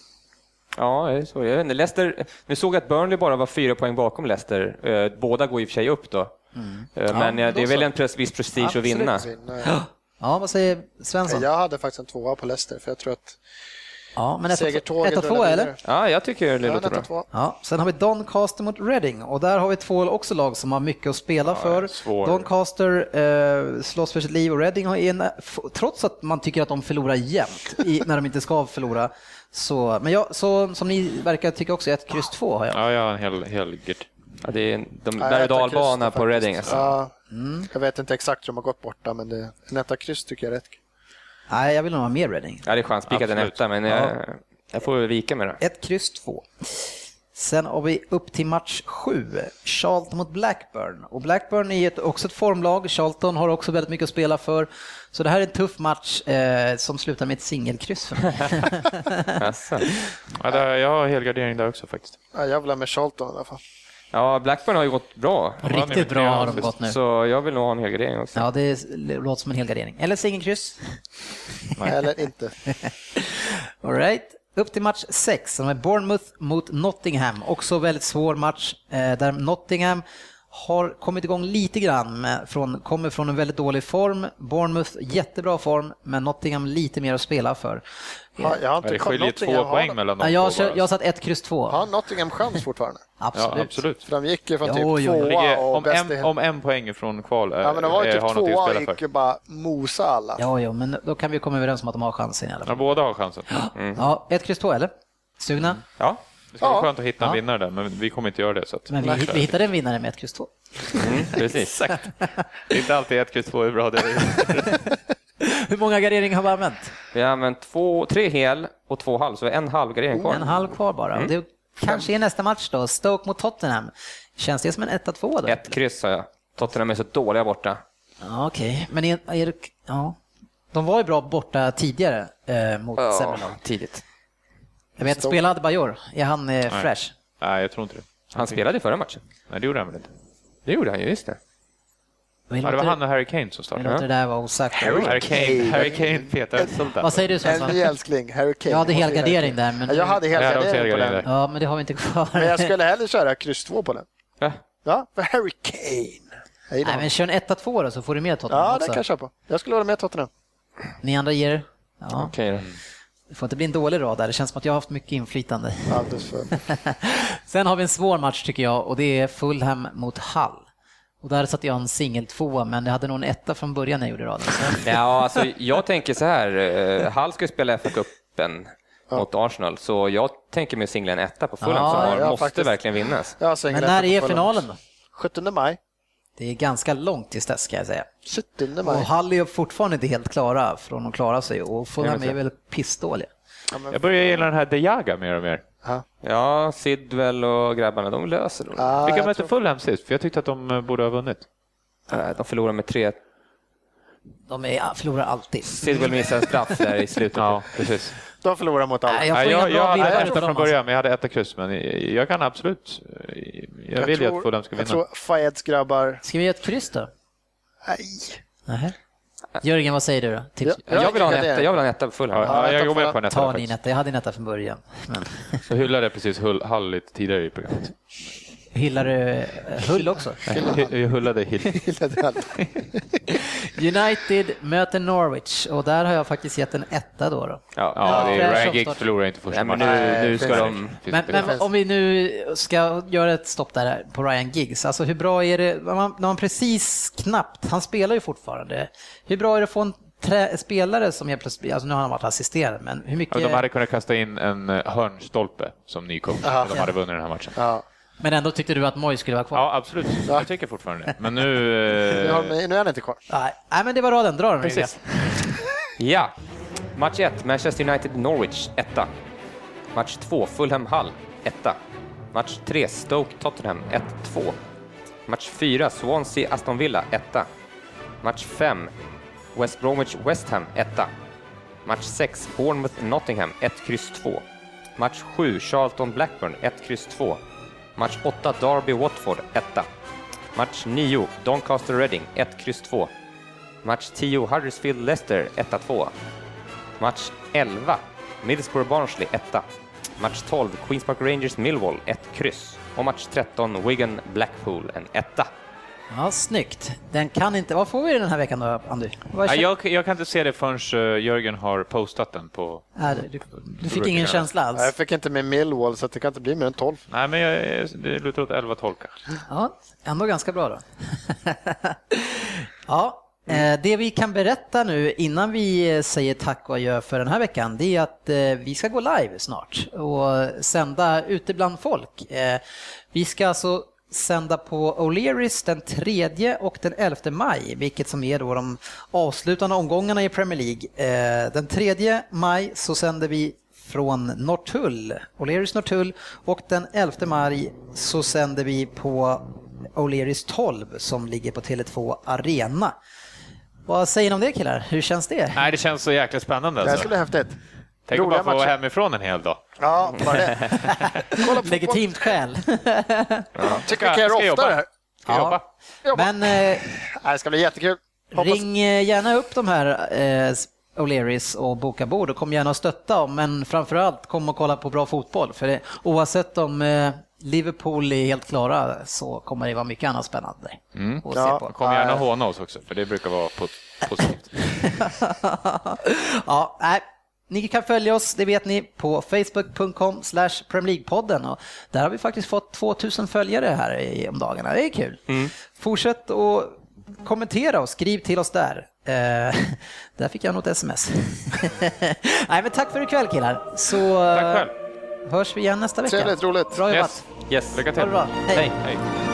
Ja, det är så. Jag vet inte. Leicester, nu såg jag att Burnley bara var fyra poäng bakom Leicester. Eh, Båda går i och för sig upp då. Mm. Eh, Men Ja, eh, det är då väl så. en pres- viss prestige att Absolut. vinna. Ja. Ja, vad säger Svensson? Jag hade faktiskt en tvåa på Leicester, för jag tror att Ja, men ett segertåget och två rullar eller? vidare. Ja, jag tycker det Ja, låter ett bra. och två. Ja, sen har vi Doncaster mot Reading och där har vi två också lag som har mycket att spela för. svår. Doncaster eh, slåss för sitt liv och Reading har en, f- trots att man tycker att de förlorar jämt i, när de inte ska förlora. Så, men jag, så, som ni verkar tycka också, ett kryss två har jag. Ja, jag har en hel, hel gert. Ja, det är de Ja, berg- och jag tar dalbana kryss på faktiskt. Reading. Alltså. Ja, Mm. jag vet inte exakt hur de har gått borta, men det, en etta kryss tycker jag är rätt. Nej, jag vill nog ha mer Reading. Ja, det är chanspikat en Absolut. etta, men jag, jag får väl vika med det. Ett kryss två. Sen har vi upp till match sju, Charlton mot Blackburn. Och Blackburn är ett, också ett formlag, Charlton har också väldigt mycket att spela för. Så det här är en tuff match eh, som slutar med ett singelkryss för mig. Alltså. Ja, där, jag har helgardering där också faktiskt. Ja, jag vill ha med Charlton i alla fall. Ja, Blackburn har ju gått bra. Riktigt bra har de gått nu. Så jag vill nog ha en helgardering också. Ja, det låter som en helgardering. Eller singelkryss. Eller inte. All right. Upp till match sex som är Bournemouth mot Nottingham. Också väldigt svår match eh, där Nottingham har kommit igång lite grann, med, från, kommer från en väldigt dålig form. Bournemouth jättebra form, men Nottingham lite mer att spela för. Ja, jag har Ja, inte det skiljer två Nottingham, poäng har, mellan Ja, de jag, två bara. jag har satt ett kryss två. har Nottingham chans fortfarande? Absolut. Ja, absolut. För de gick ju från typ Jo, jo, jo. tvåa Ligger och om, bäst i... en, om en poäng från kval äh, Ja, men de var ju typ har någonting att tvåa och spela gick för. ju bara mosa alla. Ja, jo, men då kan vi komma överens om att de har chansen i alla Ja, fall. båda har chansen. Ja, ett kryss två, eller? Sugna? Ja. Det ska vara Ja. skönt att hitta en Ja. vinnare där, men vi kommer inte göra det. Så att... Men vi, vi hittade en vinnare med ett kryss två. Mm, precis. Det är inte alltid ett kryss två är bra. Det är... Hur många garderingar har vi använt? Vi har använt två, tre hel och två halv, så vi har en halv gardering kvar. En halv kvar bara. Mm. Det kanske är nästa match då. Stoke mot Tottenham. Känns det som en ett två då? Ett kryss har jag. Tottenham är så dåliga borta. Ja, okej. Okay. Men är, är det, ja. De var ju bra borta tidigare eh, mot Ja, sämre lag. tidigt. Jag vet, spelade Bajor. Är han eh, fresh? Nej, jag tror inte det. Han spelade i förra matchen. Nej, det gjorde han väl inte. Det gjorde han ju, just det. Vi Ja, det var han och Harry Kane som Vi startade. låter det där vara osagt. Harry Kane, Harry Kane petar Sultan. Vad säger du En Svensson? ny älskling, Harry Kane. Jag hade helgardering där. Men... Ja, jag hade Jag hade också helgardering på helgardering den. där. Ja, men det har vi inte kvar. Men jag skulle hellre köra kryss två på den. Ja. Ja, för Harry Kane. Jag gillar Nej, men kör en ett två då så får du med Tottenham Ja, också. det kan jag köpa. Jag skulle hålla med Tottenham. Ni andra ger? Ja. Okej då. Det får inte bli en dålig rad där. Det känns som att jag har haft mycket inflytande. Alldeles för. Sen har vi en svår match tycker jag och det är Fulham mot Hull. Och där satte jag en singel tvåa, men det hade nog en etta från början när jag gjorde raden. Så. Ja, alltså jag tänker så här. eh, Hull ska ju spela F A-cupen mot Arsenal, så jag tänker mig singla en etta på Fulham Ja, som har, ja, måste faktiskt. verkligen vinnas. Jag Men när är finalen då? sjuttonde maj. Det är ganska långt tills dess ska jag säga. sjuttonde Och maj. Hull är fortfarande inte helt klara från att klara sig och Fulham Jag är väl pissdåliga. Ja, men... Jag börjar gilla den här De Jaga mer och mer. Ja, Sidwell och grabbarna, de löser det. Ja, Vilka jag mötte tror- Fulham sist? För jag tyckte att de eh, borde ha vunnit. Eh, De förlorar med tre. De är, förlorar alltid. Sidwell missar en straff där i slutet. Ja, precis. De förlorar mot alla. Nej, jag Nej, får jag, inga jag bra hade bilder etta för från dem, början, men jag hade etta kryss. Men jag kan absolut... Jag, vill ju att Fulham ska Jag vinna. tror Fayeds grabbar... Ska vi göra ett kryss då? Nej. Nähä. Jörgen, vad säger du då? Tips? Ja. Jag vill ha en gardering. etta, jag vill ha en etta på Fulham. Ja, etta jag går får med jag på en etta. Ta faktiskt. din etta. Jag hade en etta från början. Men Så hyllade precis Hull, Hull lite tidigare i programmet. hyllar du eh, Hull också? Jag jag hyllade Hill. United möter Norwich och där har jag faktiskt gett en etta då. då. Ja, Ja, det är Fräsch Ryan omstart. Giggs förlorar inte första Nej, men matchen. nu, nu ska Nej, de... Men, men om vi nu ska göra ett stopp där på Ryan Giggs, alltså hur bra är det, när man, när man precis knappt, han spelar ju fortfarande, hur bra är det att få en trä, spelare som helt plötsligt, alltså nu har han varit assisterande, men hur mycket... Ja, de hade kunnat kasta in en eh, hörnstolpe som ny coach. Aha. De hade vunnit den här matchen. Ja. Men ändå tyckte du att Moy skulle vara kvar? Ja, absolut. Jag tycker fortfarande det. Men nu... Nu eh, har- Nu är han inte kvar. Nej, nej, men det var raden, dra den. Precis. Ja. Match ett, Manchester United Norwich, etta. Match två, Fulham Hull, etta. Match tre, Stoke Tottenham, ett två. Match fyra, Swansea Aston Villa, etta. Match fem, West Bromwich West Ham, etta. Match sex, Bournemouth Nottingham, ett kryss två. Match sju, Charlton Blackburn, ett kryss två. Match åtta, Derby Watford, etta. Match nio, Doncaster Reading, ett kryss två. Match tio, Huddersfield Leicester, ett två. Match elva, Middlesbrough Barnsley, etta. Match tolv, Queens Park Rangers Millwall, ett kryss. Och match tretton, Wigan Blackpool, en etta. Ja, snyggt. Den kan inte... Vad får vi den här veckan då, Andy? Vad Ja, kän- jag, jag kan inte se det förrän eh, Jörgen har postat den på... Nej, du, du fick ingen känsla alls? Jag fick inte med Millwall så att det kan inte bli mer än tolv. Nej, men jag, det lutar åt elva tolv kanske. Ja, ändå ganska bra då. Ja, eh, det vi kan berätta nu innan vi säger tack och adjö för den här veckan, det är att eh, vi ska gå live snart och sända ute bland folk. Eh, vi ska alltså sända på O'Learys den tredje och den elfte maj, vilket som är då de avslutande omgångarna i Premier League. Eh, den tredje maj så sänder vi från Norrtull, O'Learys Norrtull, och den elfte maj så sänder vi på O'Learys tolv som ligger på Tele två Arena. Vad säger ni om det, killar? Hur känns det? Nej, det känns så jäkla spännande. Det här Alltså. skulle bli häftigt. Tänk att Roliga bara få vara matcher. hemifrån en hel dag. Ja, bara det. Kolla på Legitimt skäl. Tycker vi kan göra Ska jag oftare. jobba? Ska jag jobba? Jobba. Men eh, Nej, det ska bli jättekul. Hoppas... ring eh, gärna upp de här eh, O'Learys och boka bord och kom gärna och stötta dem, men framförallt kom och kolla på bra fotboll, för det, oavsett om eh, Liverpool är helt klara så kommer det vara mycket annat spännande Mm. att Ja. se på. Kom gärna håna oss också, för det brukar vara po- positivt. Ja, nej. Ni kan följa oss, det vet ni, på facebook punkt com slash Premier League-podden, och där har vi faktiskt fått tvåtusen följare här i, om dagarna. Det är kul. Mm. Fortsätt att kommentera och skriv till oss där. Eh, där fick jag nog ett sms. Nej, men tack för ikväll, killar. Så Tack själv. hörs vi igen nästa vecka. Trevligt, roligt. Bra jobbat. Yes. Yes. Lycka till. Ha det bra. Hej. Hej.